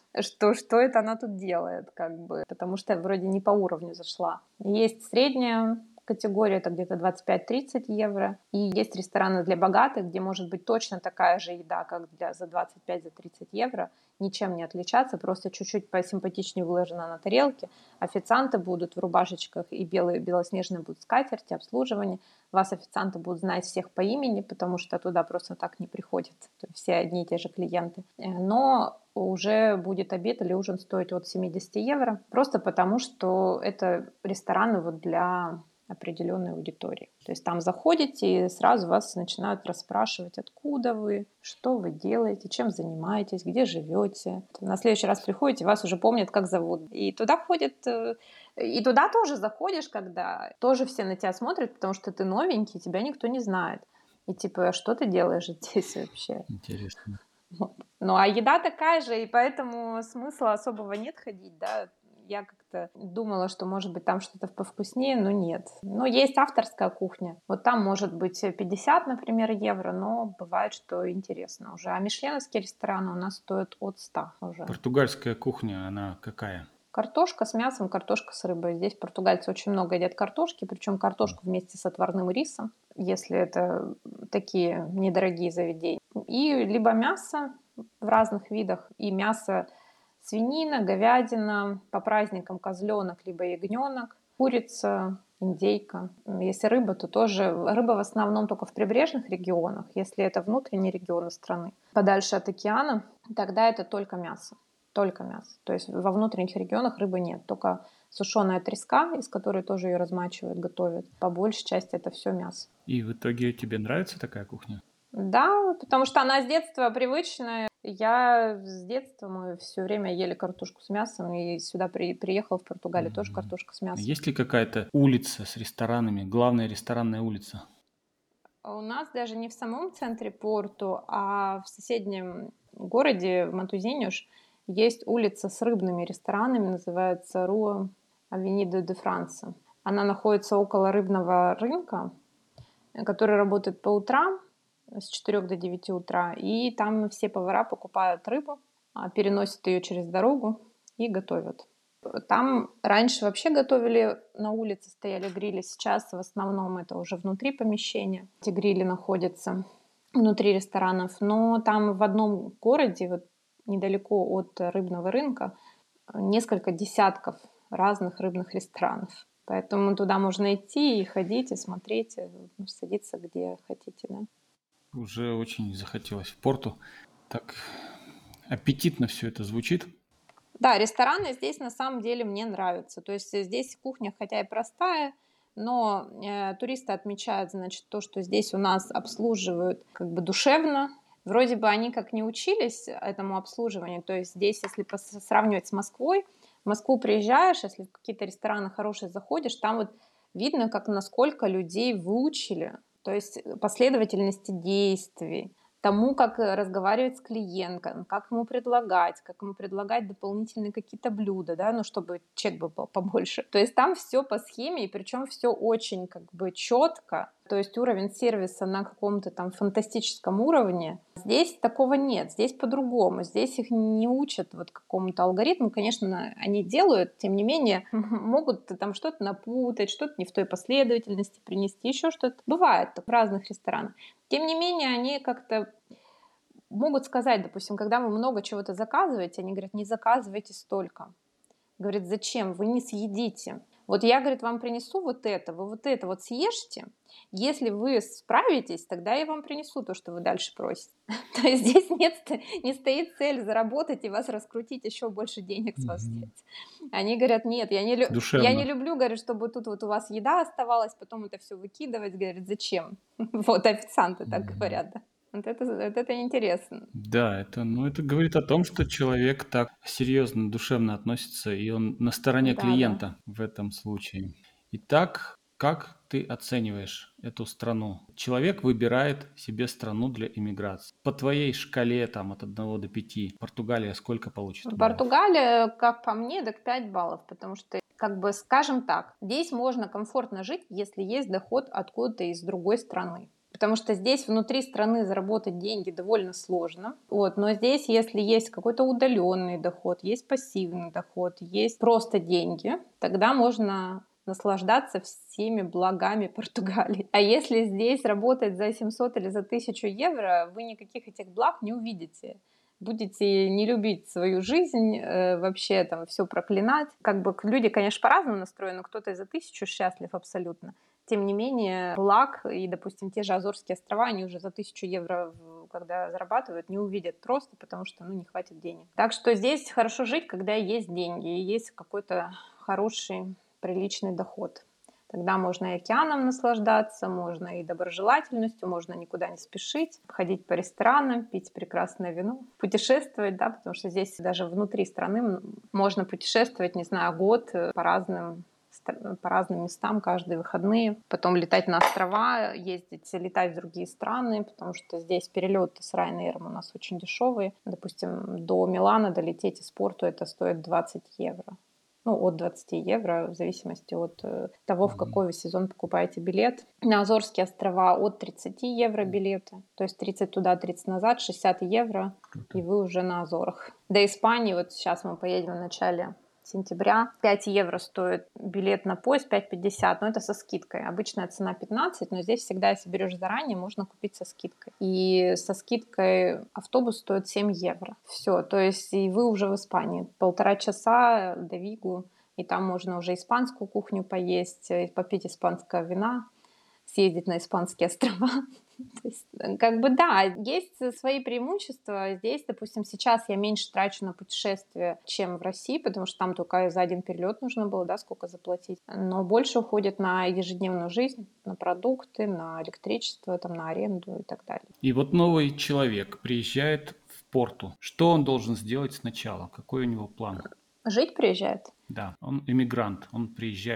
что это она тут делает, как бы, потому что я вроде не по уровню зашла. Есть средняя категория, это где-то 25-30 евро. И есть рестораны для богатых, где может быть точно такая же еда, как за 25-30 евро, ничем не отличаться, просто чуть-чуть посимпатичнее выложена на тарелке. Официанты будут в рубашечках, и белоснежные будут скатерти, обслуживание. Вас официанты будут знать всех по имени, потому что туда просто так не приходят. То есть все одни и те же клиенты. Но уже будет обед или ужин стоить от 70 евро, просто потому что это рестораны вот для определенной аудитории. То есть там заходите, и сразу вас начинают расспрашивать, откуда вы, что вы делаете, чем занимаетесь, где живете. На следующий раз приходите, вас уже помнят, как зовут. И туда ходят, и туда тоже заходишь, когда тоже все на тебя смотрят, потому что ты новенький, тебя никто не знает. И типа, а что ты делаешь здесь вообще? Интересно. Вот. Ну, а еда такая же, и поэтому смысла особого нет ходить, да. Я как-то думала, что, может быть, там что-то повкуснее, но нет. Но есть авторская кухня. Вот там может быть 50, например, евро, но бывает, что интересно уже. А мишленовские рестораны у нас стоят от 100 уже. Португальская кухня, она какая? Картошка с мясом, картошка с рыбой. Здесь португальцы очень много едят картошки, причем картошку вместе с отварным рисом, если это такие недорогие заведения. И либо мясо в разных видах, и мясо свинина, говядина, по праздникам козленок, либо ягненок, курица, индейка. Если рыба, то тоже рыба в основном только в прибрежных регионах. Если это внутренние регионы страны, подальше от океана, тогда это только мясо. Только мясо. То есть во внутренних регионах рыбы нет. Только сушеная треска, из которой тоже ее размачивают, готовят. По большей части это все мясо. И в итоге тебе нравится такая кухня? Да, потому что она с детства привычная. Я с детства, мы все время ели картошку с мясом, и сюда приехала в Португалию тоже Мгм. картошка с мясом. Есть ли какая-то улица с ресторанами, главная ресторанная улица? А у нас даже не в самом центре Порту, а в соседнем городе, в Матузиньюш, есть улица с рыбными ресторанами, называется Руа Авенида де Франция. Она находится около рыбного рынка, который работает по утрам с 4 до 9 утра. И там все повара покупают рыбу, переносят ее через дорогу и готовят. Там раньше вообще готовили на улице, стояли грили. Сейчас в основном это уже внутри помещения. Эти грили находятся внутри ресторанов. Но там в одном городе, вот недалеко от рыбного рынка, несколько десятков разных рыбных ресторанов. Поэтому туда можно идти и ходить, и смотреть, и садиться где хотите, да. Уже очень захотелось в Порту. Так аппетитно все это звучит. Да, рестораны здесь на самом деле мне нравятся. То есть здесь кухня хотя и простая, но туристы отмечают, значит, то, что здесь у нас обслуживают как бы душевно. Вроде бы они как не учились этому обслуживанию. То есть здесь, если сравнивать с Москвой, в Москву приезжаешь, если в какие-то рестораны хорошие заходишь, там вот видно, как насколько людей выучили. То есть последовательности действий, тому, как разговаривать с клиентом, как ему предлагать дополнительные какие-то блюда, да, ну, чтобы чек был побольше. То есть там все по схеме, и причем все очень как бы четко. То есть уровень сервиса на каком-то там фантастическом уровне. Здесь такого нет, здесь по-другому. Здесь их не учат вот какому-то алгоритму. Конечно, они делают, тем не менее, могут там что-то напутать, что-то не в той последовательности принести, еще что-то. Бывает так в разных ресторанах. Тем не менее, они как-то могут сказать, допустим, когда вы много чего-то заказываете, они говорят, не заказывайте столько. Говорит, зачем? Вы не съедите. Вот я, говорит, вам принесу вот это, вы вот это вот съешьте. Если вы справитесь, тогда я вам принесу то, что вы дальше просите. То есть здесь не стоит цель заработать и вас раскрутить, еще больше денег с вас Мгм. взять. Они говорят, нет, я не Душевно. люблю, говорят, чтобы тут вот у вас еда оставалась, потом это все выкидывать. Говорят, зачем? Вот официанты так Мгм. говорят. Вот это интересно. Да, это говорит о том, что человек так серьезно, душевно относится, и он на стороне Да, да. клиента в этом случае. Итак, как ты оцениваешь эту страну? Человек выбирает себе страну для иммиграции. По твоей шкале там от 1 до 5, Португалия сколько получит баллов? Португалия, как по мне, так 5 баллов, потому что, как бы, скажем так, здесь можно комфортно жить, если есть доход откуда-то из другой страны. Потому что здесь внутри страны заработать деньги довольно сложно. Вот. Но здесь, если есть какой-то удаленный доход, есть пассивный доход, есть просто деньги, тогда можно наслаждаться всеми благами Португалии. А если здесь работать за 700 или за 1000 евро, вы никаких этих благ не увидите. Будете не любить свою жизнь, вообще там все проклинать. Как бы люди, конечно, по-разному настроены, кто-то и за 1000 счастлив абсолютно. Тем не менее, благ и, допустим, те же Азорские острова, они уже за 1000 евро, когда зарабатывают, не увидят просто, потому что, ну, не хватит денег. Так что здесь хорошо жить, когда есть деньги и есть какой-то хороший, приличный доход. Тогда можно и океаном наслаждаться, можно и доброжелательностью, можно никуда не спешить, ходить по ресторанам, пить прекрасное вино, путешествовать, да, потому что здесь даже внутри страны можно путешествовать, не знаю, год по разным местам каждые выходные, потом летать на острова, летать в другие страны, потому что здесь перелеты с Ryanair у нас очень дешевые. Допустим, до Милана долететь из Порту это стоит 20 евро. Ну, от 20 евро, в зависимости от того, в Мгм. какой вы сезон покупаете билет. На Азорские острова от 30 евро билеты, то есть 30 туда, 30 назад, 60 евро, Круто. и вы уже на Азорах. До Испании, вот сейчас мы поедем в начале сентября, 5 евро стоит билет на поезд, 5,50, но это со скидкой. Обычная цена 15, но здесь всегда, если берешь заранее, можно купить со скидкой. И со скидкой автобус стоит 7 евро. Все, то есть и вы уже в Испании. 1,5 часа до Вигу, и там можно уже испанскую кухню поесть, попить испанского вина, съездить на испанские острова. То есть, как бы да, есть свои преимущества. Здесь, допустим, сейчас я меньше трачу на путешествия, чем в России, потому что там только за один перелет нужно было, да, сколько заплатить. Но больше уходит на ежедневную жизнь, на продукты, на электричество, там, на аренду и так далее. И вот новый человек приезжает в Порту. Что он должен сделать сначала? Какой у него план? Жить приезжает. Да, он иммигрант, он приезжает в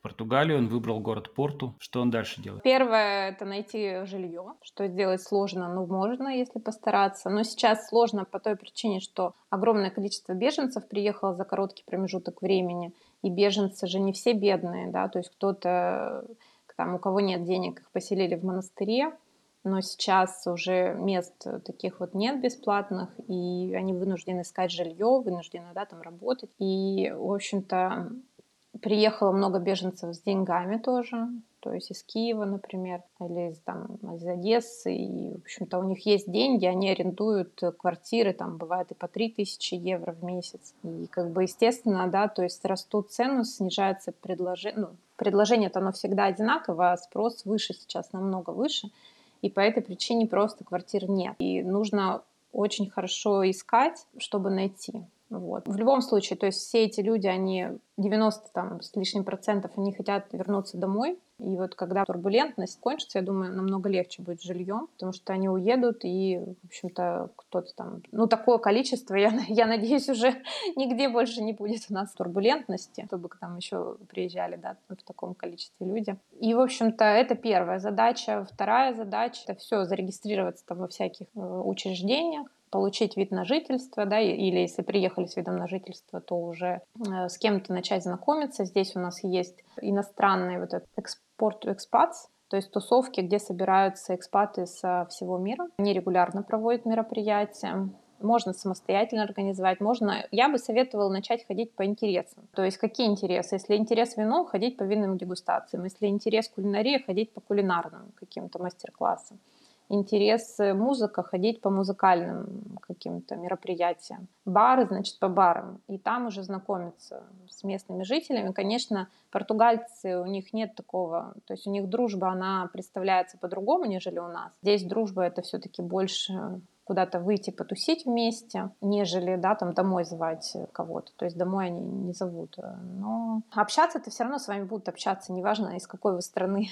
Португалию, он выбрал город Порту. Что он дальше делает? Первое — это найти жилье, что сделать сложно, но можно, если постараться. Но сейчас сложно по той причине, что огромное количество беженцев приехало за короткий промежуток времени, и беженцы же не все бедные, да, то есть кто-то, там, у кого нет денег, их поселили в монастыре, но сейчас уже мест таких вот нет бесплатных, и они вынуждены искать жилье, вынуждены, да, там работать. И, в общем-то, приехало много беженцев с деньгами тоже, то есть из Киева, например, или из Одессы. И, в общем-то, у них есть деньги, они арендуют квартиры, там бывает и по 3000 евро в месяц. И как бы естественно, да, то есть растут цены, снижается предложение. Ну, предложение-то оно всегда одинаково, а спрос выше сейчас, намного выше. И по этой причине просто квартир нет. И нужно очень хорошо искать, чтобы найти. Вот. В любом случае, то есть все эти люди, они 90 там, с лишним процентов, они хотят вернуться домой. И вот когда турбулентность кончится, я думаю, намного легче будет с жильем, потому что они уедут, и, в общем-то, кто-то там... Ну, такое количество, я надеюсь, уже нигде больше не будет у нас турбулентности, чтобы там еще приезжали, да, в таком количестве люди. И, в общем-то, это первая задача. Вторая задача — это все зарегистрироваться там во всяких учреждениях, получить вид на жительство, да, или если приехали с видом на жительство, то уже с кем-то начать знакомиться. Здесь у нас есть иностранный вот этот экспорт-экспатс, то есть тусовки, где собираются экспаты со всего мира. Они регулярно проводят мероприятия. Можно самостоятельно организовать, можно... Я бы советовала начать ходить по интересам. То есть какие интересы? Если интерес вино, ходить по винным дегустациям. Если интерес кулинария, ходить по кулинарным каким-то мастер-классам. Интерес музыка, ходить по музыкальным каким-то мероприятиям. Бары, значит, по барам. И там уже знакомиться с местными жителями. Конечно, португальцы, у них нет такого... То есть у них дружба, она представляется по-другому, нежели у нас. Здесь дружба — это все-таки больше куда-то выйти потусить вместе, нежели, да, там домой звать кого-то. То есть домой они не зовут. Но общаться-то все равно с вами будут общаться, неважно, из какой вы страны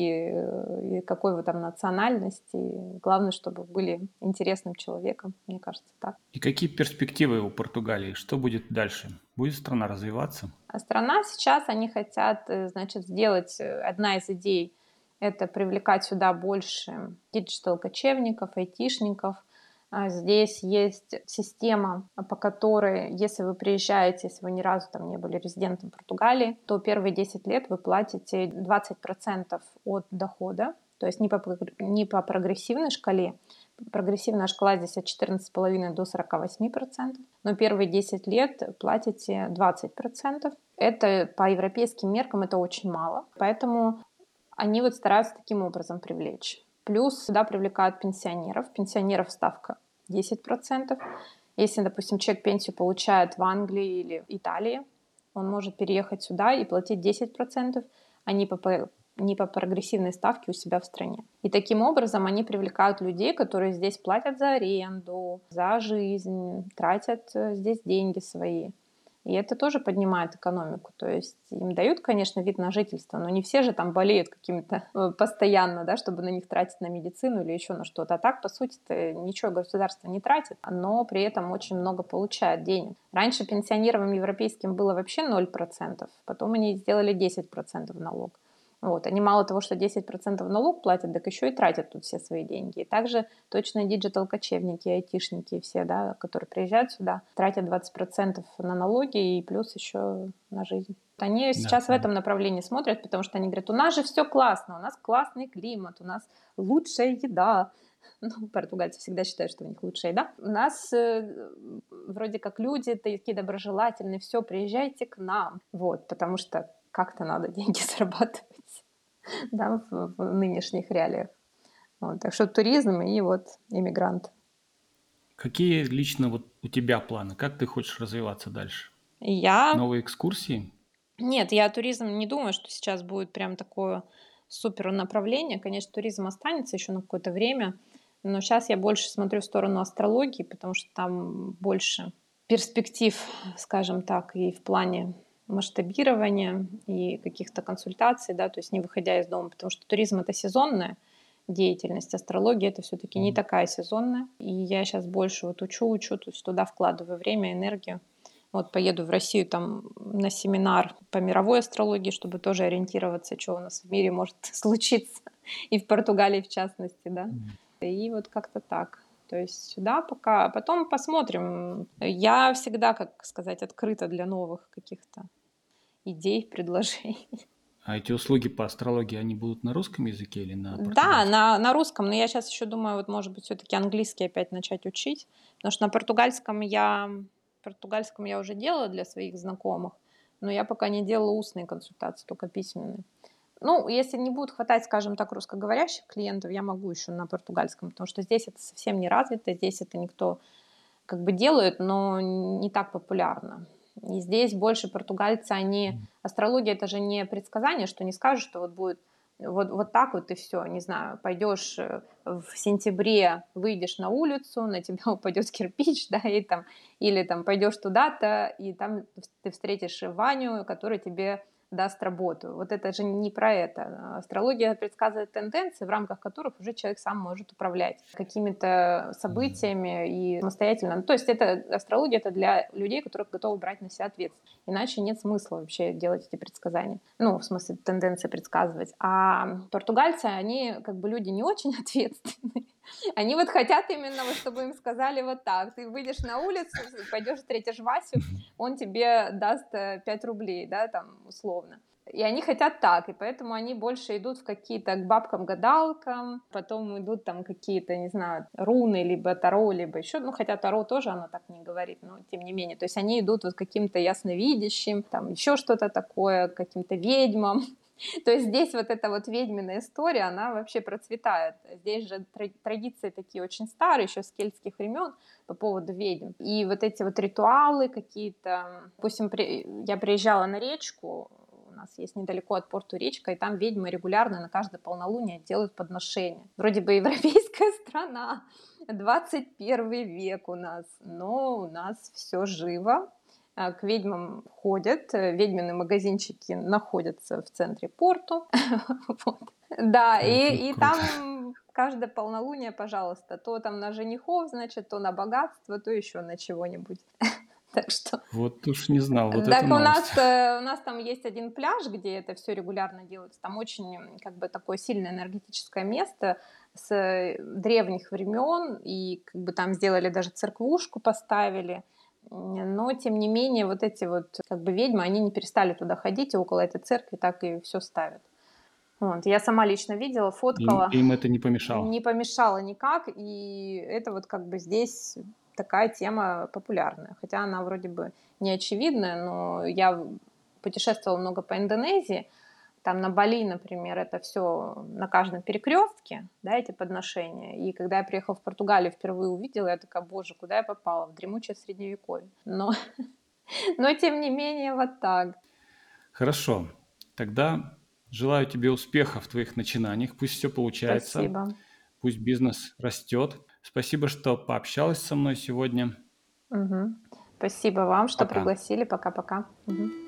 и какой вы там национальности. Главное, чтобы были интересным человеком, мне кажется, так. И какие перспективы у Португалии? Что будет дальше? Будет страна развиваться? А страна сейчас, они хотят, значит, сделать, одна из идей, это привлекать сюда больше диджитал-кочевников, айтишников. Здесь есть система, по которой, если вы приезжаете, если вы ни разу там не были резидентом Португалии, то первые 10 лет вы платите 20% от дохода, то есть не по прогрессивной шкале. Прогрессивная шкала здесь от 14,5 до 48%, но первые 10 лет платите 20%. Это по европейским меркам это очень мало, поэтому они вот стараются таким образом привлечь. Плюс сюда привлекают пенсионеров. Пенсионеров ставка 10%. Если, допустим, человек пенсию получает в Англии или Италии, он может переехать сюда и платить 10%, а не по прогрессивной ставке у себя в стране. И таким образом они привлекают людей, которые здесь платят за аренду, за жизнь, тратят здесь деньги свои. И это тоже поднимает экономику. То есть им дают, конечно, вид на жительство, но не все же там болеют какими-то постоянно, да, чтобы на них тратить на медицину или еще на что-то. А так, по сути-то, ничего государство не тратит, но при этом очень много получает денег. Раньше пенсионерам европейским было вообще 0%, потом они сделали 10% налог. Вот. Они мало того, что 10% налог платят, так еще и тратят тут все свои деньги. И также точно диджитал-кочевники, айтишники все, да, которые приезжают сюда, тратят 20% на налоги и плюс еще на жизнь. Они сейчас в этом направлении смотрят, потому что они говорят, у нас же все классно, у нас классный климат, у нас лучшая еда. Ну, португальцы всегда считают, что у них лучшая еда. У нас вроде как люди такие доброжелательные, все, приезжайте к нам. Вот, потому что как-то надо деньги зарабатывать, да, в нынешних реалиях. Вот, так что туризм и вот иммигрант. Какие лично вот у тебя планы? Как ты хочешь развиваться дальше? Я... Новые экскурсии? Нет, я туризм не думаю, что сейчас будет прям такое супер направление. Конечно, туризм останется еще на какое-то время, но сейчас я больше смотрю в сторону астрологии, потому что там больше перспектив, скажем так, и в плане масштабирования и каких-то консультаций, да, то есть не выходя из дома, потому что туризм — это сезонная деятельность, астрология — это все-таки не такая сезонная. И я сейчас больше вот учу, то есть туда вкладываю время, энергию. Вот поеду в Россию там на семинар по мировой астрологии, чтобы тоже ориентироваться, что у нас в мире может случиться, и в Португалии в частности, да. М. И вот как-то так. То есть сюда пока, потом посмотрим. Я всегда, как сказать, открыта для новых каких-то идей, предложений. А эти услуги по астрологии, они будут на русском языке или на Да, португальском? на русском, но я сейчас еще думаю, вот, может быть, все таки английский опять начать учить, потому что на португальском я уже делала для своих знакомых, но я пока не делала устные консультации, только письменные. Ну, если не будет хватать, скажем так, русскоговорящих клиентов, я могу еще на португальском, потому что здесь это совсем не развито, здесь это никто как бы делает, но не так популярно. И здесь больше португальцы, они... М. Астрология — это же не предсказание, что не скажешь, что вот будет вот так вот и все, не знаю, пойдешь в сентябре, выйдешь на улицу, на тебя упадет кирпич, да, и там, или там пойдешь туда-то, и там ты встретишь Ваню, который тебе даст работу. Вот это же не про это. Астрология предсказывает тенденции, в рамках которых уже человек сам может управлять какими-то М. событиями и самостоятельно. Ну, то есть это астрология — это для людей, которые готовы брать на себя ответственность. Иначе нет смысла вообще делать эти предсказания. Ну, в смысле, тенденции предсказывать. А португальцы, они как бы люди не очень ответственные. Они вот хотят именно, вот, чтобы им сказали вот так. Ты выйдешь на улицу, пойдешь встретишь Васю, он тебе даст 5 рублей, да, там, условно. И они хотят так, и поэтому они больше идут в какие-то к бабкам-гадалкам, потом идут там какие-то, не знаю, руны, либо таро, либо еще, ну, хотя таро тоже она так не говорит, но тем не менее. То есть они идут вот к каким-то ясновидящим, там еще что-то такое, к каким-то ведьмам. То есть здесь вот эта вот ведьминая история, она вообще процветает. Здесь же традиции такие очень старые, еще с кельтских времен по поводу ведьм. И вот эти вот ритуалы какие-то... Допустим, я приезжала на речку, у нас есть недалеко от порту речка, и там ведьмы регулярно на каждое полнолуние делают подношения. Вроде бы европейская страна, 21 век у нас, но у нас все живо, к ведьмам ходят, ведьмины магазинчики находятся в центре порту. Вот. Да, Круто, и круто. там каждое полнолуние, пожалуйста, то там на женихов, значит, то на богатство, то еще на чего-нибудь. Так что Вот уж не знал, вот это так новость. у нас там есть один пляж, где это все регулярно делается. Там очень, как бы, такое сильное энергетическое место с древних времен, и как бы там сделали даже церквушку, поставили. Но тем не менее вот эти вот как бы ведьмы, они не перестали туда ходить, и около этой церкви так и все ставят. Вот. Я сама лично видела, Им, фоткала, им это не помешало. не помешало никак, и это вот как бы здесь такая тема популярная. Хотя она вроде бы не очевидная, но я путешествовала много по Индонезии, там на Бали, например, это все на каждом перекрестке, да, эти подношения. И когда я приехала в Португалию, впервые увидела, я такая: боже, куда я попала? В дремучее средневековье. Но тем не менее, вот так. Хорошо. Тогда желаю тебе успеха в твоих начинаниях. Пусть все получается. Спасибо. Пусть бизнес растет. Спасибо, что пообщалась со мной сегодня. Мгм. Спасибо вам, что Пока. пригласили. Пока-пока. Мгм.